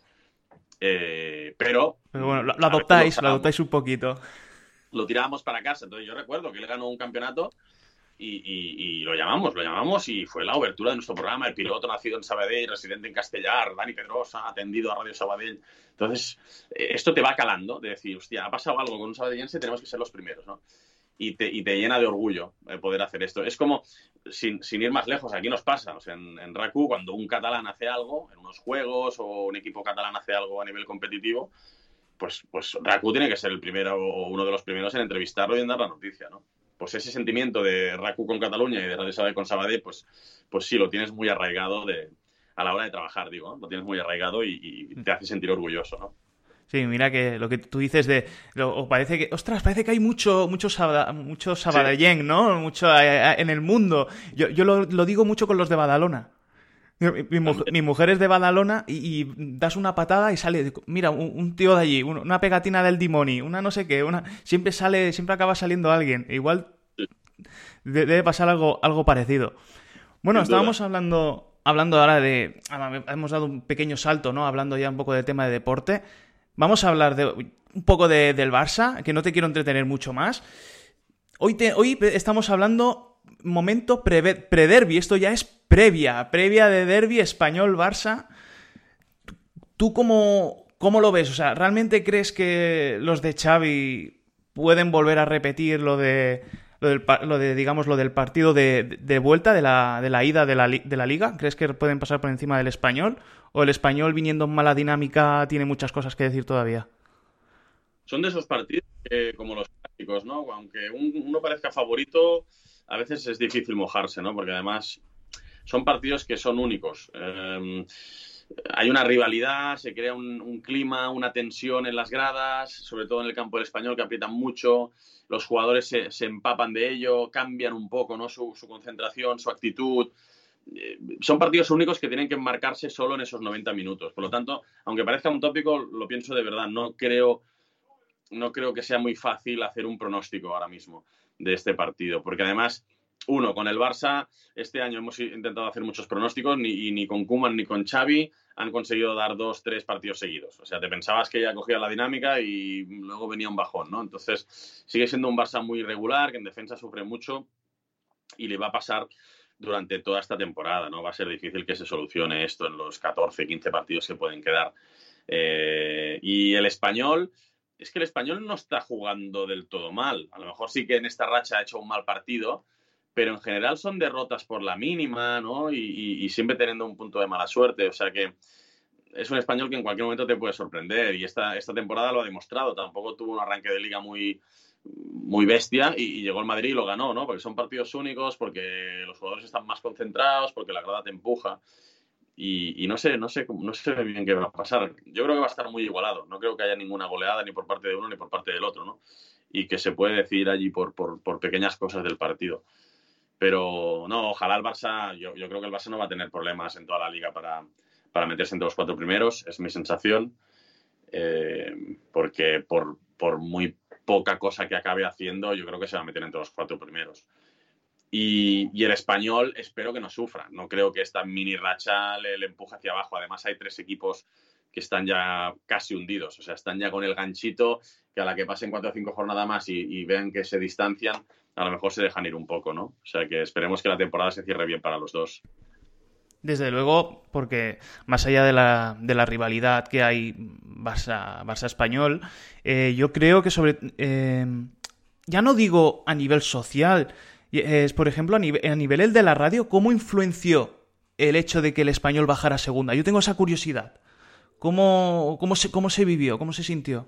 Eh, pero... Pero bueno, lo, lo adoptáis, lo, lo adoptáis un poquito. Lo tirábamos para casa. Entonces yo recuerdo que él ganó un campeonato y, y, y lo llamamos, lo llamamos y fue la obertura de nuestro programa. El piloto nacido en Sabadell, residente en Castellar, Dani Pedrosa, atendido a Radio Sabadell. Entonces, eh, esto te va calando de decir, hostia, ha pasado algo con un sabadellense, tenemos que ser los primeros, ¿no? Y te, y te llena de orgullo eh, poder hacer esto. Es como, sin, sin ir más lejos, aquí nos pasa. O sea, en, en R A C U, cuando un catalán hace algo, en unos juegos, o un equipo catalán hace algo a nivel competitivo, pues, pues R A C U tiene que ser el primero o uno de los primeros en entrevistarlo y en dar la noticia, ¿no? Pues ese sentimiento de R A C U con Cataluña y de Radio Sabadell con Sabadell, pues, pues sí, lo tienes muy arraigado de, a la hora de trabajar, digo, ¿no? Lo tienes muy arraigado y, y te hace sentir orgulloso, ¿no? Sí, mira que lo que tú dices de... Lo, o parece que... ¡Ostras! Parece que hay mucho mucho, sabada, mucho sabadellén, sí, ¿no? Mucho eh, en el mundo. Yo, yo lo, lo digo mucho con los de Badalona. Mi, mi, mujer, mi mujer es de Badalona y, y das una patada y sale... Mira, un, un tío de allí, una pegatina del Dimoni, una no sé qué, una... Siempre sale, siempre acaba saliendo alguien. Igual debe pasar algo, algo parecido. Bueno, estábamos hablando, hablando ahora de... Hemos dado un pequeño salto, ¿no? Hablando ya un poco del tema de deporte. Vamos a hablar de un poco de, del Barça, que no te quiero entretener mucho más. Hoy, te, hoy estamos hablando momento pre, pre-derbi, esto ya es previa, previa de derbi español-Barça. ¿tú cómo, cómo lo ves? O sea, ¿realmente crees que los de Xavi pueden volver a repetir lo de, lo del, lo de digamos, lo del partido de, de vuelta, de la, de la ida de la, de la Liga? ¿Crees que pueden pasar por encima del Español? ¿O el Español, viniendo en mala dinámica, tiene muchas cosas que decir todavía? Son de esos partidos que, como los clásicos, ¿no? Aunque un, uno parezca favorito, a veces es difícil mojarse, ¿no? Porque además son partidos que son únicos. Eh, hay una rivalidad, se crea un, un clima, una tensión en las gradas, sobre todo en el campo del Español, que aprietan mucho. Los jugadores se, se empapan de ello, cambian un poco, ¿no? Su, su concentración, su actitud. Eh, son partidos únicos que tienen que enmarcarse solo en esos noventa minutos. Por lo tanto, aunque parezca un tópico, lo pienso de verdad. No creo... No creo que sea muy fácil hacer un pronóstico ahora mismo de este partido, porque además, uno, con el Barça, este año hemos intentado hacer muchos pronósticos ni, y ni con Koeman ni con Xavi han conseguido dar dos, tres partidos seguidos. O sea, te pensabas que ya cogía la dinámica y luego venía un bajón, ¿no? Entonces, sigue siendo un Barça muy irregular, que en defensa sufre mucho y le va a pasar durante toda esta temporada, ¿no? Va a ser difícil que se solucione esto en los catorce, quince partidos que pueden quedar. Eh, y el Español... Es que el Español no está jugando del todo mal. A lo mejor sí que en esta racha ha hecho un mal partido, pero en general son derrotas por la mínima, ¿no? Y, y, y siempre teniendo un punto de mala suerte. O sea que es un Español que en cualquier momento te puede sorprender. Y esta, esta temporada lo ha demostrado. Tampoco tuvo un arranque de liga muy, muy bestia y, y llegó el Madrid y lo ganó, ¿no? Porque son partidos únicos, porque los jugadores están más concentrados, porque la grada te empuja. Y, y no sé, no sé, no sé bien qué va a pasar. Yo creo que va a estar muy igualado. No creo que haya ninguna goleada ni por parte de uno ni por parte del otro, ¿no? Y que se puede decidir allí por, por, por pequeñas cosas del partido. Pero no, ojalá el Barça, yo, yo creo que el Barça no va a tener problemas en toda la liga para, para meterse entre los cuatro primeros, es mi sensación. Eh, porque por, por muy poca cosa que acabe haciendo, yo creo que se va a meter entre los cuatro primeros. Y, y el Español espero que no sufra. No creo que esta mini racha le, le empuje hacia abajo. Además hay tres equipos que están ya casi hundidos. O sea, están ya con el ganchito que a la que pasen cuatro o cinco jornadas más y, y vean que se distancian, a lo mejor se dejan ir un poco, ¿no? O sea, que esperemos que la temporada se cierre bien para los dos. Desde luego, porque más allá de la, de la rivalidad que hay Barça, Barça-Español, eh, yo creo que sobre... Eh, ya no digo a nivel social... Es, por ejemplo, a nivel, a nivel el de la radio, ¿cómo influenció el hecho de que el Español bajara a segunda? Yo tengo esa curiosidad. ¿Cómo, cómo, se, cómo se vivió? ¿Cómo se sintió?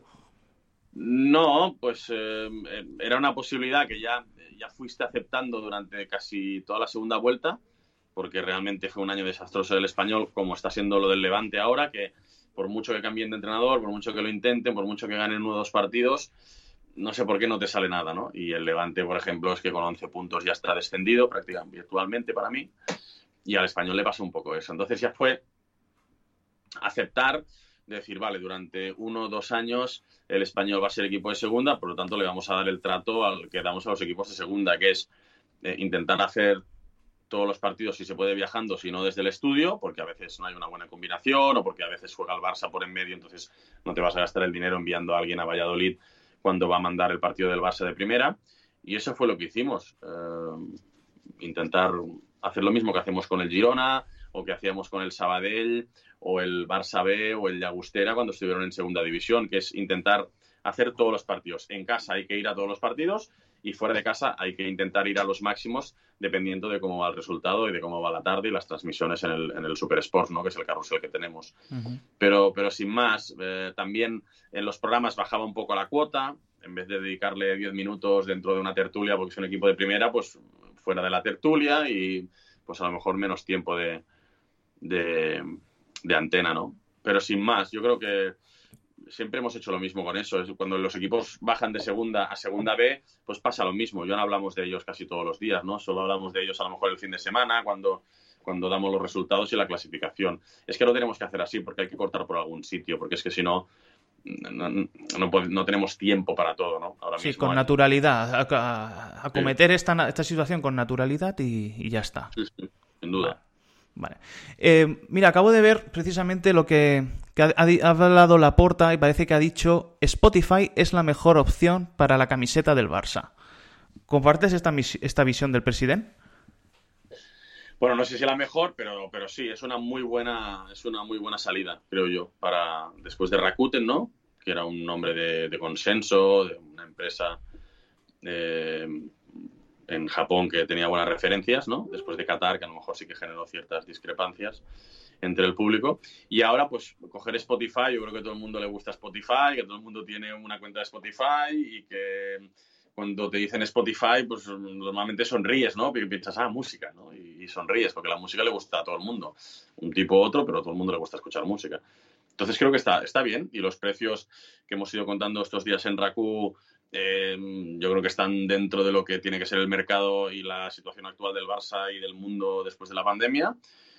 No, pues eh, era una posibilidad que ya, ya fuiste aceptando durante casi toda la segunda vuelta, porque realmente fue un año desastroso del Español, como está siendo lo del Levante ahora, que por mucho que cambien de entrenador, por mucho que lo intenten, por mucho que ganen uno o dos partidos... No sé por qué no te sale nada, ¿no? Y el Levante, por ejemplo, es que con once puntos ya está descendido prácticamente virtualmente para mí. Y al Español le pasó un poco eso. Entonces ya fue aceptar, decir, vale, durante uno o dos años el Español va a ser equipo de segunda, por lo tanto le vamos a dar el trato al que damos a los equipos de segunda, que es eh, intentar hacer todos los partidos si se puede viajando, si no desde el estudio, porque a veces no hay una buena combinación o porque a veces juega el Barça por en medio, entonces no te vas a gastar el dinero enviando a alguien a Valladolid cuando va a mandar el partido del Barça de primera, y eso fue lo que hicimos. Eh, intentar hacer lo mismo que hacemos con el Girona, o que hacíamos con el Sabadell, o el Barça B, o el Llagostera cuando estuvieron en segunda división, que es intentar hacer todos los partidos. En casa hay que ir a todos los partidos, y fuera de casa hay que intentar ir a los máximos, dependiendo de cómo va el resultado y de cómo va la tarde y las transmisiones en el, en el Super Sport, ¿no? Que es el carrusel que tenemos. Uh-huh. Pero, pero sin más, eh, también en los programas bajaba un poco la cuota, en vez de dedicarle diez minutos dentro de una tertulia, porque es un equipo de primera, pues fuera de la tertulia y pues a lo mejor menos tiempo de, de, de antena, ¿no? Pero sin más, yo creo que siempre hemos hecho lo mismo con eso. Cuando los equipos bajan de segunda a segunda B, pues pasa lo mismo. Ya no hablamos de ellos casi todos los días, ¿no? Solo hablamos de ellos a lo mejor el fin de semana, cuando, cuando damos los resultados y la clasificación. Es que lo tenemos que hacer así, porque hay que cortar por algún sitio, porque es que si no, no, no, no tenemos tiempo para todo, ¿no? Ahora sí, mismo con hay... naturalidad. A, a, acometer sí. esta, esta situación con naturalidad y, y ya está. Sí, sí, sin duda. Vale. Vale. Eh, mira, acabo de ver precisamente lo que, que ha, ha hablado Laporta y parece que ha dicho Spotify es la mejor opción para la camiseta del Barça. ¿Compartes esta, esta visión del presidente? Bueno, no sé si la mejor, pero, pero sí, es una muy buena, es una muy buena salida, creo yo, para después de Rakuten, ¿no? Que era un nombre de, de consenso, de una empresa eh, en Japón que tenía buenas referencias, ¿no? Después de Qatar, que a lo mejor sí que generó ciertas discrepancias entre el público. Y ahora, pues, coger Spotify, yo creo que a todo el mundo le gusta Spotify, que todo el mundo tiene una cuenta de Spotify y que cuando te dicen Spotify, pues normalmente sonríes, ¿no? Porque piensas, ah, música, ¿no? Y, y sonríes, porque la música le gusta a todo el mundo. Un tipo u otro, pero a todo el mundo le gusta escuchar música. Entonces creo que está, está bien. Y los precios que hemos ido contando estos días en Raku, eh, yo creo que están dentro de lo que tiene que ser el mercado y la situación actual del Barça y del mundo después de la pandemia.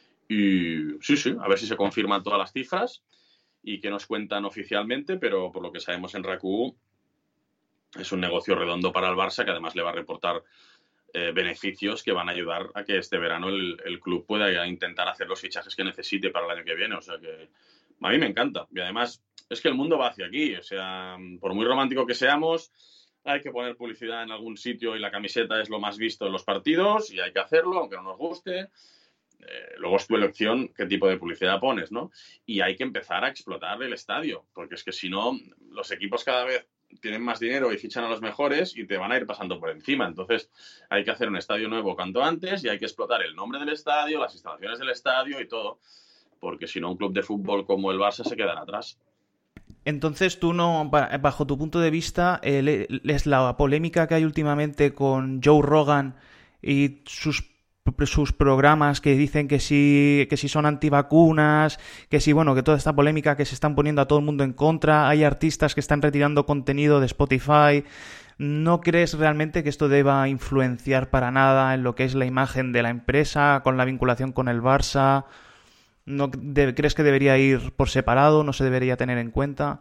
Y sí, sí, a ver si se confirman todas las cifras y que nos cuentan oficialmente, pero por lo que sabemos en Raku, es un negocio redondo para el Barça que además le va a reportar eh, beneficios que van a ayudar a que este verano el, el club pueda intentar hacer los fichajes que necesite para el año que viene. O sea que a mí me encanta. Y además es que el mundo va hacia aquí. O sea, por muy romántico que seamos, hay que poner publicidad en algún sitio y la camiseta es lo más visto en los partidos y hay que hacerlo, aunque no nos guste. Eh, luego es tu elección qué tipo de publicidad pones, ¿no? Y hay que empezar a explotar el estadio, porque es que si no, los equipos cada vez tienen más dinero y fichan a los mejores y te van a ir pasando por encima. Entonces hay que hacer un estadio nuevo cuanto antes y hay que explotar el nombre del estadio, las instalaciones del estadio y todo, porque si no un club de fútbol como el Barça se quedará atrás. Entonces tú no, bajo tu punto de vista, eh, es la polémica que hay últimamente con Joe Rogan y sus sus programas que dicen que sí, que sí son antivacunas, que sí, bueno, que toda esta polémica que se están poniendo a todo el mundo en contra, hay artistas que están retirando contenido de Spotify. ¿No crees realmente que esto deba influenciar para nada en lo que es la imagen de la empresa, con la vinculación con el Barça? ¿No de, crees que debería ir por separado? ¿No se debería tener en cuenta?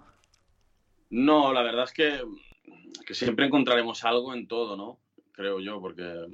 No, la verdad es que, que siempre encontraremos algo en todo, ¿no? Creo yo, porque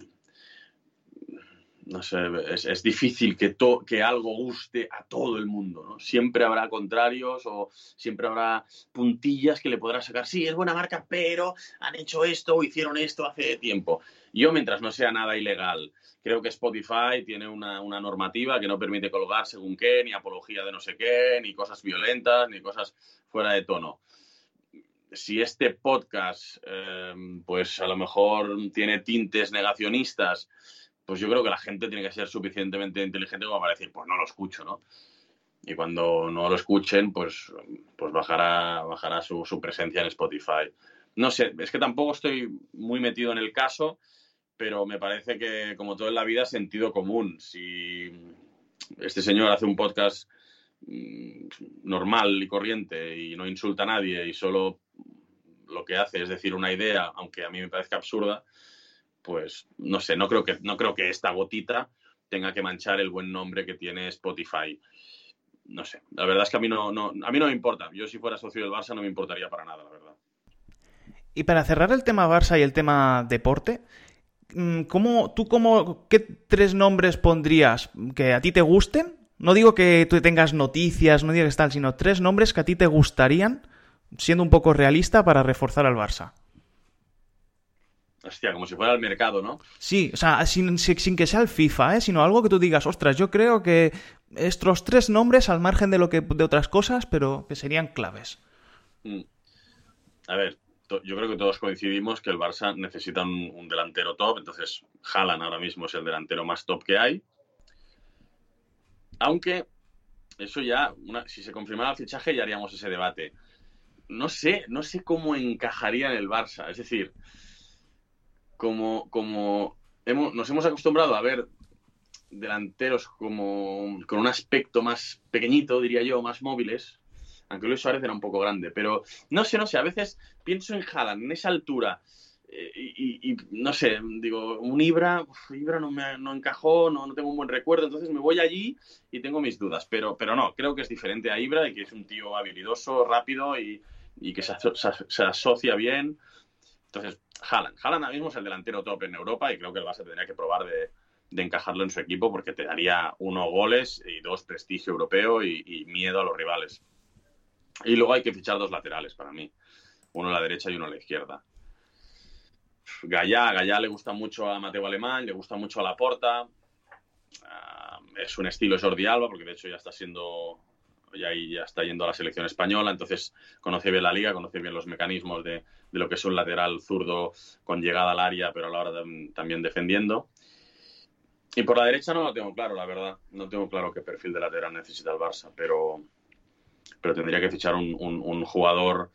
no sé, es, es difícil que, to, que algo guste a todo el mundo, ¿no? Siempre habrá contrarios o siempre habrá puntillas que le podrás sacar. Sí, es buena marca, pero han hecho esto o hicieron esto hace tiempo. Yo, mientras no sea nada ilegal, creo que Spotify tiene una, una normativa que no permite colgar según qué, ni apología de no sé qué, ni cosas violentas, ni cosas fuera de tono. Si este podcast, eh, pues a lo mejor tiene tintes negacionistas, pues yo creo que la gente tiene que ser suficientemente inteligente como para decir, pues no lo escucho, ¿no? Y cuando no lo escuchen, pues, pues bajará, bajará su, su presencia en Spotify. No sé, es que tampoco estoy muy metido en el caso, pero me parece que, como todo en la vida, sentido común. Si este señor hace un podcast mmm, normal y corriente y no insulta a nadie y solo lo que hace es decir una idea, aunque a mí me parezca absurda, pues no sé, no creo que, no creo que esta gotita tenga que manchar el buen nombre que tiene Spotify. No sé, la verdad es que a mí no, no, a mí no me importa. Yo si fuera socio del Barça no me importaría para nada, la verdad. Y para cerrar el tema Barça y el tema deporte, ¿cómo, tú cómo, qué tres nombres pondrías que a ti te gusten? No digo que tú tengas noticias, no digo que tal, sino tres nombres que a ti te gustarían, siendo un poco realista, para reforzar al Barça. Hostia, como si fuera el mercado, ¿no? Sí, o sea, sin, sin que sea el FIFA, ¿eh? Sino algo que tú digas, ostras, yo creo que estos tres nombres, al margen de lo que de otras cosas, pero que serían claves. Mm. A ver, to- yo creo que todos coincidimos que el Barça necesita un, un delantero top, entonces Haaland ahora mismo es el delantero más top que hay. Aunque eso ya, una, si se confirmara el fichaje ya haríamos ese debate. No sé, no sé cómo encajaría en el Barça, es decir, como, como hemos, nos hemos acostumbrado a ver delanteros como con un aspecto más pequeñito, diría yo, más móviles, aunque Luis Suárez era un poco grande, pero no sé, no sé, a veces pienso en Haaland, en esa altura, eh, y, y, y no sé, digo, un Ibra, uf, Ibra no me no encajó, no, no tengo un buen recuerdo, entonces me voy allí y tengo mis dudas, pero, pero no, creo que es diferente a Ibra y que es un tío habilidoso, rápido y, y que se, aso- se, se asocia bien. Entonces, Haaland. Haaland ahora mismo es el delantero top en Europa y creo que el Barça tendría que probar de, de encajarlo en su equipo porque te daría uno goles y dos prestigio europeo y, y miedo a los rivales. Y luego hay que fichar dos laterales para mí. Uno a la derecha y uno a la izquierda. Gallá, a Gallá le gusta mucho a Mateo Alemán, le gusta mucho a Laporta. uh, es un estilo Jordi Alba, porque de hecho ya está siendo, ya, ya está yendo a la selección española, entonces conoce bien la liga, conoce bien los mecanismos de, de lo que es un lateral zurdo con llegada al área, pero a la hora de, también defendiendo. Y por la derecha no lo tengo claro, la verdad. No tengo claro qué perfil de lateral necesita el Barça, pero, pero tendría que fichar un, un, un jugador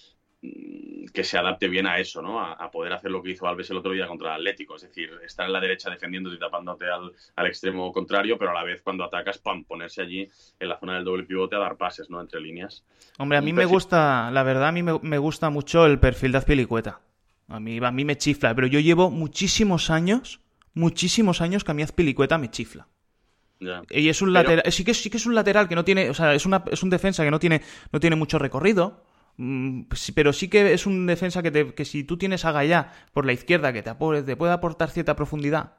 que se adapte bien a eso, ¿no? A, a poder hacer lo que hizo Alves el otro día contra el Atlético, es decir, estar en la derecha defendiéndote y tapándote al, al extremo contrario, pero a la vez cuando atacas, pam, ponerse allí en la zona del doble pivote a dar pases, ¿no? Entre líneas. Hombre, a mí Un me perfil... gusta, la verdad, a mí me, me gusta mucho el perfil de Azpilicueta. A mí, a mí me chifla, pero yo llevo muchísimos años, muchísimos años que a mí Azpilicueta me chifla. Ya. Y es un Pero... lateral, sí que, sí que es un lateral que no tiene, o sea, es, una, es un defensa que no tiene, no tiene mucho recorrido. Pero sí que es un defensa que, te, que si tú tienes a Gallá por la izquierda que te, apor- te puede aportar cierta profundidad,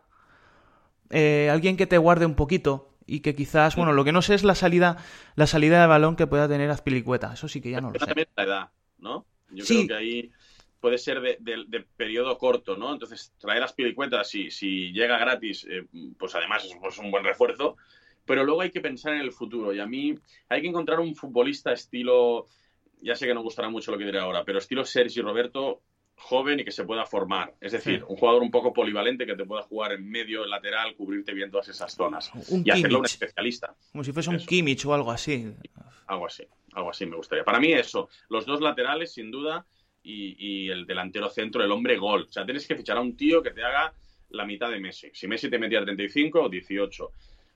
eh, alguien que te guarde un poquito y que quizás, bueno, lo que no sé es la salida la salida de balón que pueda tener Azpilicueta, eso sí que ya no lo sé. También la edad, ¿no? Yo Sí. creo que ahí puede ser de, de, de periodo corto, ¿no? Entonces, traer a Azpilicueta, si, si llega gratis, eh, pues además es pues un buen refuerzo, pero luego hay que pensar en el futuro y a mí hay que encontrar un futbolista estilo... Ya sé que no gustará mucho lo que diré ahora, pero estilo Sergi Roberto, joven y que se pueda formar. Es decir, sí. un jugador un poco polivalente que te pueda jugar en medio, en lateral, cubrirte bien todas esas zonas. Un y hacerlo un Kimmich. especialista. Como si fuese un Eso. Kimmich o algo así. Algo así, algo así me gustaría. Para mí eso, los dos laterales, sin duda, y, y el delantero centro, el hombre gol. O sea, tienes que fichar a un tío que te haga la mitad de Messi. Si Messi te metía treinta y cinco o dieciocho...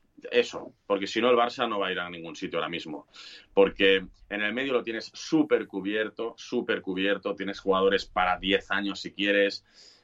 Eso, porque si no el Barça no va a ir a ningún sitio ahora mismo. Porque en el medio lo tienes súper cubierto, súper cubierto. Tienes jugadores para diez años si quieres.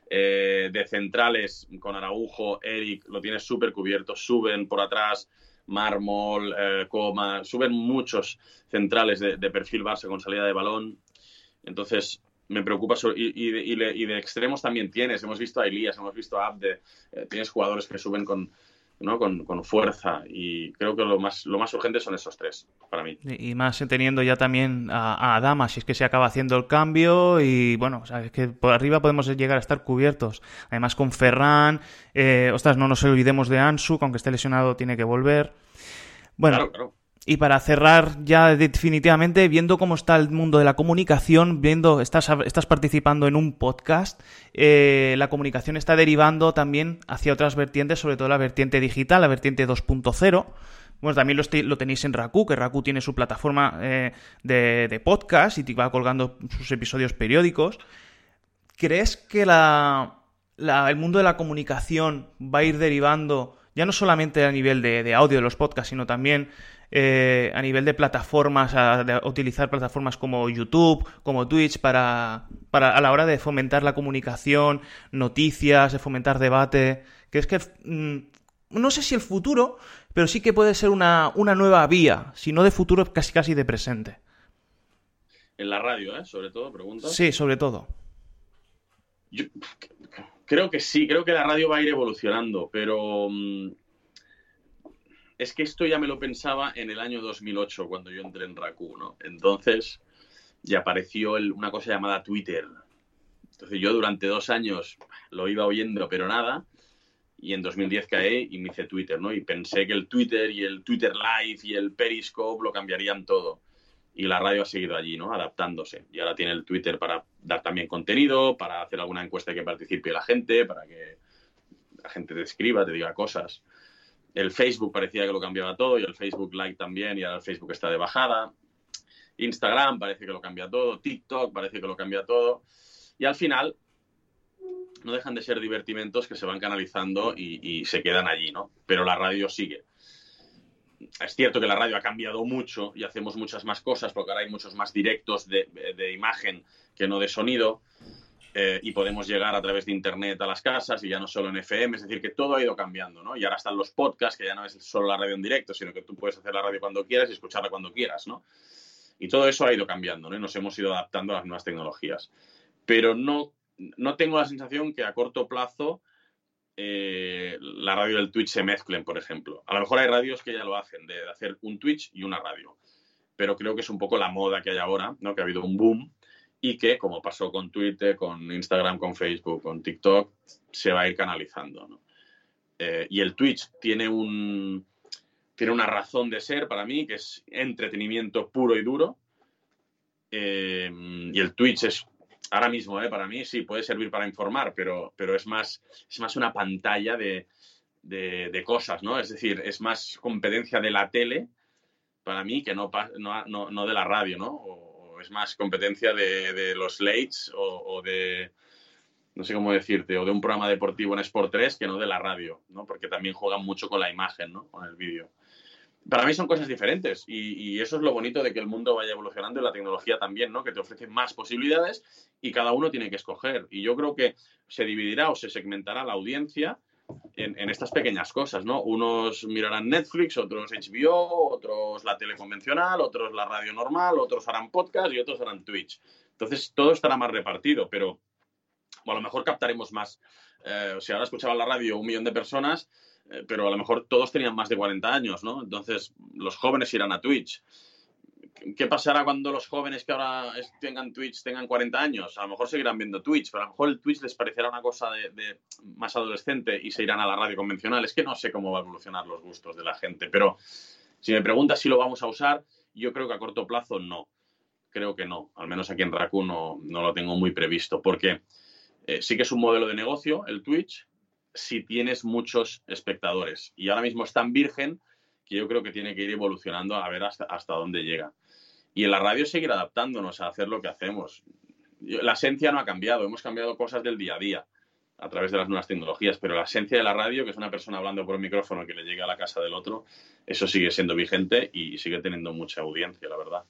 Eh, de centrales con Araujo, Eric, lo tienes súper cubierto. Suben por atrás Mármol, eh, Coma. Suben muchos centrales de, de perfil Barça con salida de balón. Entonces... me preocupa sobre, y, y, de, y, de, y de extremos también tienes. Hemos visto a Elías, hemos visto a Abde. Eh, tienes jugadores que suben con... ¿no? Con, con fuerza y creo que lo más, lo más urgente son esos tres para mí. Y, y más teniendo ya también a, a Adama, si es que se acaba haciendo el cambio y bueno, o sea, es que por arriba podemos llegar a estar cubiertos. Además con Ferran, eh, ostras, no nos olvidemos de Ansu, que aunque esté lesionado tiene que volver. Bueno, claro, claro. Y para cerrar ya definitivamente, viendo cómo está el mundo de la comunicación, viendo, estás, estás participando en un podcast, eh, la comunicación está derivando también hacia otras vertientes, sobre todo la vertiente digital, la vertiente dos punto cero. Bueno, también lo, estoy, lo tenéis en Raku, que Raku tiene su plataforma eh, de, de podcast y te va colgando sus episodios periódicos. ¿Crees que la, la, el mundo de la comunicación va a ir derivando, ya no solamente a nivel de, de audio de los podcasts, sino también... Eh, a nivel de plataformas, a, de utilizar plataformas como YouTube, como Twitch para, para a la hora de fomentar la comunicación, noticias, de fomentar debate? Que es que mmm, no sé si el futuro, pero sí que puede ser una, una nueva vía, si no de futuro, casi casi de presente. En la radio, ¿eh? Sobre todo, pregunta. Sí, sobre todo. Yo creo que sí, creo que la radio va a ir evolucionando, pero... Mmm... Es que esto ya me lo pensaba en el año dos mil ocho, cuando yo entré en Raku, ¿no? Entonces, ya apareció el, una cosa llamada Twitter. Entonces yo durante dos años lo iba oyendo, pero nada. Y en dos mil diez caí y me hice Twitter, ¿no? Y pensé que el Twitter y el Twitter Live y el Periscope lo cambiarían todo. Y la radio ha seguido allí, ¿no? Adaptándose. Y ahora tiene el Twitter para dar también contenido, para hacer alguna encuesta que participe la gente, para que la gente te escriba, te diga cosas. El Facebook parecía que lo cambiaba todo y el Facebook Live también, y ahora el Facebook está de bajada. Instagram parece que lo cambia todo. TikTok parece que lo cambia todo. Y al final no dejan de ser divertimentos que se van canalizando y, y se quedan allí, ¿no? Pero la radio sigue. Es cierto que la radio ha cambiado mucho y hacemos muchas más cosas porque ahora hay muchos más directos de, de imagen que no de sonido. Eh, y podemos llegar a través de internet a las casas y ya no solo en F M, es decir, que todo ha ido cambiando, ¿no? Y ahora están los podcasts, que ya no es solo la radio en directo, sino que tú puedes hacer la radio cuando quieras y escucharla cuando quieras, ¿no? Y todo eso ha ido cambiando, ¿no? Y nos hemos ido adaptando a las nuevas tecnologías. Pero no, no tengo la sensación que a corto plazo eh, la radio y el Twitch se mezclen, por ejemplo. A lo mejor hay radios que ya lo hacen, de hacer un Twitch y una radio. Pero creo que es un poco la moda que hay ahora, ¿no? Que ha habido un boom. Y que, como pasó con Twitter, con Instagram, con Facebook, con TikTok, se va a ir canalizando, ¿no? Eh, y el Twitch tiene un tiene una razón de ser para mí, que es entretenimiento puro y duro. Eh, y el Twitch es, ahora mismo, eh, para mí, sí, puede servir para informar, pero, pero es, más, es más una pantalla de, de, de cosas, ¿no? Es decir, es más competencia de la tele, para mí, que no, no, no, no de la radio, ¿no? O, o es más competencia de, de los lates o, o de... no sé cómo decirte, o de un programa deportivo en Sport tres que no de la radio, ¿no? Porque también juegan mucho con la imagen, ¿no? Con el vídeo. Para mí son cosas diferentes y, y eso es lo bonito de que el mundo vaya evolucionando y la tecnología también, ¿no? Que te ofrece más posibilidades y cada uno tiene que escoger. Y yo creo que se dividirá o se segmentará la audiencia en, en estas pequeñas cosas, ¿no? Unos mirarán Netflix, otros H B O, otros la tele convencional, otros la radio normal, otros harán podcast y otros harán Twitch. Entonces todo estará más repartido, pero o a lo mejor captaremos más. Eh, o sea, ahora escuchaban la radio un millón de personas, eh, pero a lo mejor todos tenían más de cuarenta años, ¿no? Entonces, los jóvenes irán a Twitch. ¿Qué pasará cuando los jóvenes que ahora tengan Twitch tengan cuarenta años? A lo mejor seguirán viendo Twitch, pero a lo mejor el Twitch les parecerá una cosa de, de más adolescente y se irán a la radio convencional. Es que no sé cómo va a evolucionar los gustos de la gente, pero si me preguntas si lo vamos a usar, yo creo que a corto plazo no. Creo que no. Al menos aquí en Raku no, no lo tengo muy previsto, porque Eh, sí que es un modelo de negocio, el Twitch, si tienes muchos espectadores. Y ahora mismo es tan virgen que yo creo que tiene que ir evolucionando a ver hasta, hasta dónde llega. Y en la radio seguir adaptándonos a hacer lo que hacemos. La esencia no ha cambiado, hemos cambiado cosas del día a día a través de las nuevas tecnologías, pero la esencia de la radio, que es una persona hablando por un micrófono que le llega a la casa del otro, eso sigue siendo vigente y sigue teniendo mucha audiencia, la verdad.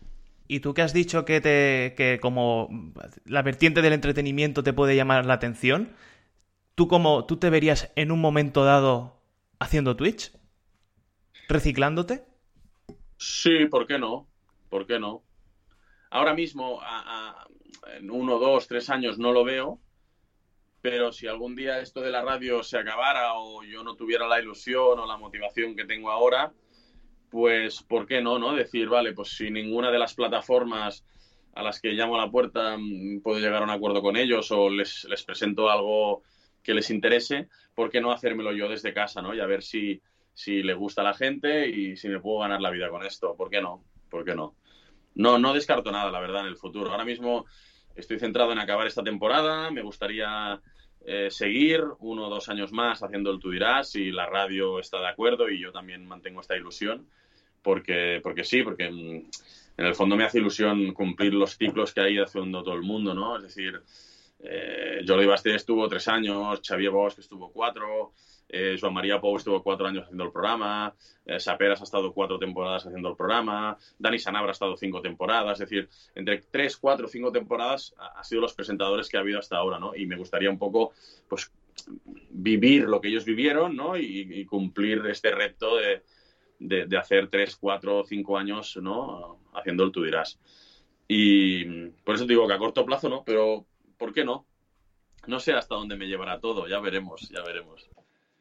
Y tú que has dicho que, te, que como la vertiente del entretenimiento te puede llamar la atención, ¿tú, cómo, ¿tú te verías en un momento dado haciendo Twitch? ¿Reciclándote? Sí, ¿por qué no? ¿Por qué no? Ahora mismo, a, a, en uno, dos, tres años no lo veo, pero si algún día esto de la radio se acabara o yo no tuviera la ilusión o la motivación que tengo ahora, pues, ¿por qué no, no? Decir, vale, pues si ninguna de las plataformas a las que llamo a la puerta puedo llegar a un acuerdo con ellos o les, les presento algo que les interese, ¿por qué no hacérmelo yo desde casa, ¿no? Y a ver si, si le gusta a la gente y si me puedo ganar la vida con esto. ¿Por qué no? ¿Por qué no? No, no descarto nada, la verdad, en el futuro. Ahora mismo estoy centrado en acabar esta temporada, me gustaría eh, seguir uno o dos años más haciendo el Tú Dirás si la radio está de acuerdo y yo también mantengo esta ilusión. Porque, porque sí, porque en el fondo me hace ilusión cumplir los ciclos que ha ido haciendo todo el mundo, ¿no? Es decir, eh, Jordi Basté estuvo tres años, Xavier Bosch estuvo cuatro, eh, Joan María Pou estuvo cuatro años haciendo el programa, eh, Saperas ha estado cuatro temporadas haciendo el programa, Dani Sanabra ha estado cinco temporadas, es decir, entre tres, cuatro, cinco temporadas han sido los presentadores que ha habido hasta ahora, ¿no? Y me gustaría un poco, pues, vivir lo que ellos vivieron, ¿no? Y, y cumplir este reto de De, de hacer tres, cuatro, cinco años, ¿no? Haciendo el Tú Dirás. Y por eso te digo que a corto plazo no, pero ¿por qué no? No sé hasta dónde me llevará todo, ya veremos, ya veremos.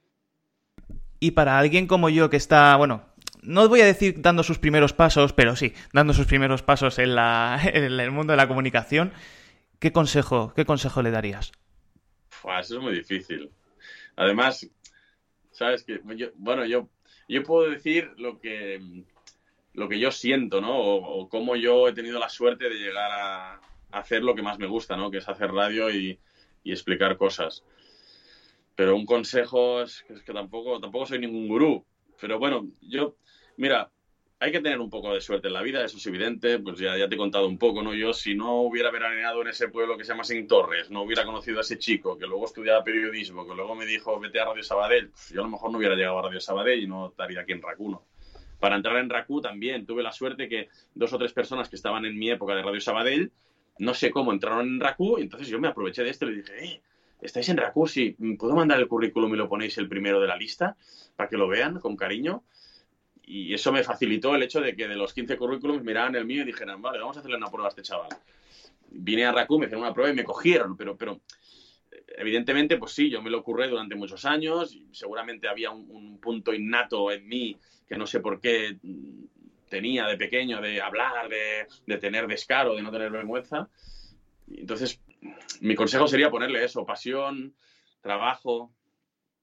Y para alguien como yo que está, bueno, no voy a decir dando sus primeros pasos, pero sí, dando sus primeros pasos en, la, en el mundo de la comunicación, ¿qué consejo, qué consejo le darías? Uf, eso es muy difícil. Además, ¿sabes qué? Yo, bueno, yo Yo puedo decir lo que, lo que yo siento, ¿no? O, o cómo yo he tenido la suerte de llegar a, a hacer lo que más me gusta, ¿no? Que es hacer radio y, y explicar cosas. Pero un consejo es que, es que tampoco, tampoco soy ningún gurú. Pero bueno, yo, mira, hay que tener un poco de suerte en la vida, eso es evidente. Pues ya, ya te he contado un poco, ¿no? Yo, si no hubiera veraneado en ese pueblo que se llama Sin Torres, no hubiera conocido a ese chico que luego estudiaba periodismo, que luego me dijo, vete a Radio Sabadell, pues yo a lo mejor no hubiera llegado a Radio Sabadell y no estaría aquí en Raku, ¿no? Para entrar en Raku también tuve la suerte que dos o tres personas que estaban en mi época de Radio Sabadell, no sé cómo entraron en Raku, y entonces yo me aproveché de esto y le dije, eh, estáis en Raku, sí, ¿puedo mandar el currículum y lo ponéis el primero de la lista para que lo vean con cariño? Y eso me facilitó el hecho de que de los quince currículums miraran el mío y dijeran, vale, vamos a hacerle una prueba a este chaval. Vine a Raku, me hicieron una prueba y me cogieron, pero, pero evidentemente, pues sí, yo me lo ocurrí durante muchos años y seguramente había un, un punto innato en mí que no sé por qué tenía de pequeño, de hablar, de, de tener descaro, de no tener vergüenza. Entonces, mi consejo sería ponerle eso, pasión, trabajo,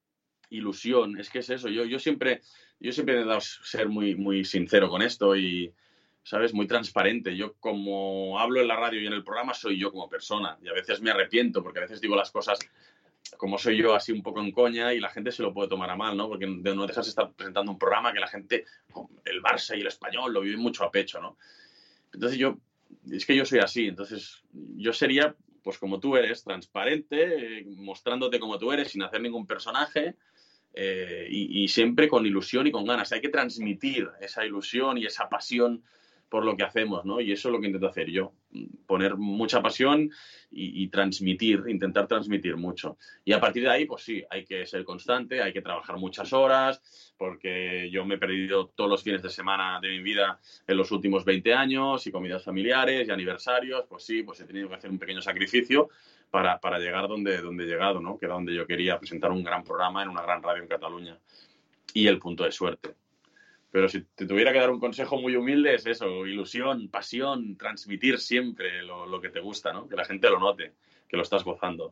ilusión, es que es eso. Yo, yo siempre, yo siempre he intentado ser muy, muy sincero con esto y, ¿sabes? Muy transparente. Yo como hablo en la radio y en el programa soy yo como persona y a veces me arrepiento porque a veces digo las cosas como soy yo, así un poco en coña, y la gente se lo puede tomar a mal, ¿no? Porque no dejas de estar presentando un programa que la gente, el Barça y el Español, lo viven mucho a pecho, ¿no? Entonces yo, es que yo soy así, entonces yo sería, pues como tú eres, transparente, eh, mostrándote como tú eres, sin hacer ningún personaje, eh, y, y siempre con ilusión y con ganas. Hay que transmitir esa ilusión y esa pasión por lo que hacemos, ¿no? Y eso es lo que intento hacer yo, poner mucha pasión y, y transmitir, intentar transmitir mucho. Y a partir de ahí, pues sí, hay que ser constante, hay que trabajar muchas horas, porque yo me he perdido todos los fines de semana de mi vida en los últimos veinte años, y comidas familiares y aniversarios, pues sí, pues he tenido que hacer un pequeño sacrificio para, para llegar donde, donde he llegado, ¿no? Que era donde yo quería, presentar un gran programa en una gran radio en Cataluña. Y el punto de suerte. Pero si te tuviera que dar un consejo muy humilde es eso, ilusión, pasión, transmitir siempre lo, lo que te gusta, ¿no? Que la gente lo note, que lo estás gozando.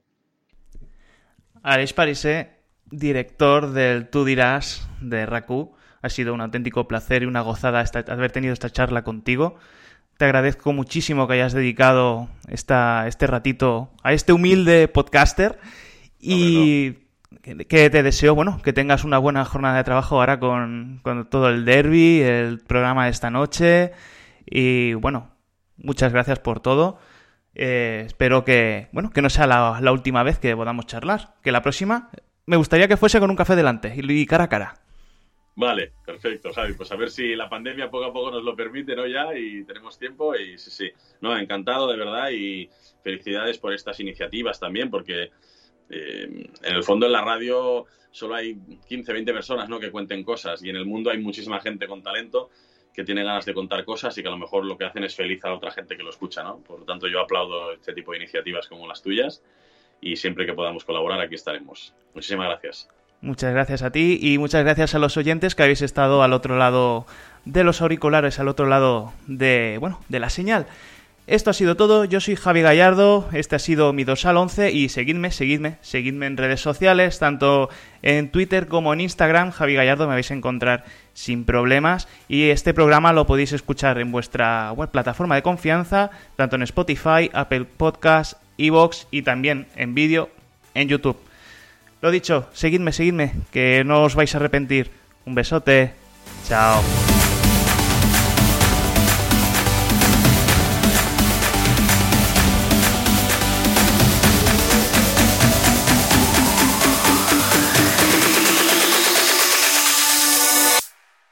Aleix Parisé, director del Tú Dirás de R A C U, ha sido un auténtico placer y una gozada esta, haber tenido esta charla contigo. Te agradezco muchísimo que hayas dedicado esta, este ratito a este humilde podcaster y... No, no. Que te deseo, bueno, que tengas una buena jornada de trabajo ahora con, con todo el derbi, el programa de esta noche. Y bueno, muchas gracias por todo. Eh, espero que, bueno, que no sea la, la última vez que podamos charlar. Que la próxima me gustaría que fuese con un café delante y cara a cara. Vale, perfecto, Javi. Pues a ver si la pandemia poco a poco nos lo permite, ¿no? Ya, y tenemos tiempo. Y sí, sí. No, encantado, de verdad. Y felicidades por estas iniciativas también, porque... Eh, en el fondo en la radio solo hay quince, veinte personas, ¿no? que cuenten cosas, y en el mundo hay muchísima gente con talento que tiene ganas de contar cosas y que a lo mejor lo que hacen es feliz a otra gente que lo escucha, ¿no? Por lo tanto yo aplaudo este tipo de iniciativas como las tuyas y siempre que podamos colaborar aquí estaremos. Muchísimas gracias. Muchas gracias a ti y muchas gracias a los oyentes que habéis estado al otro lado de los auriculares, al otro lado de, bueno, de la señal. Esto ha sido todo, yo soy Javi Gallardo, este ha sido mi Dorsal once y seguidme, seguidme, seguidme en redes sociales, tanto en Twitter como en Instagram, Javi Gallardo, me vais a encontrar sin problemas, y este programa lo podéis escuchar en vuestra web plataforma de confianza, tanto en Spotify, Apple Podcasts, iVoox y también en vídeo en YouTube. Lo dicho, seguidme, seguidme, que no os vais a arrepentir. Un besote, chao.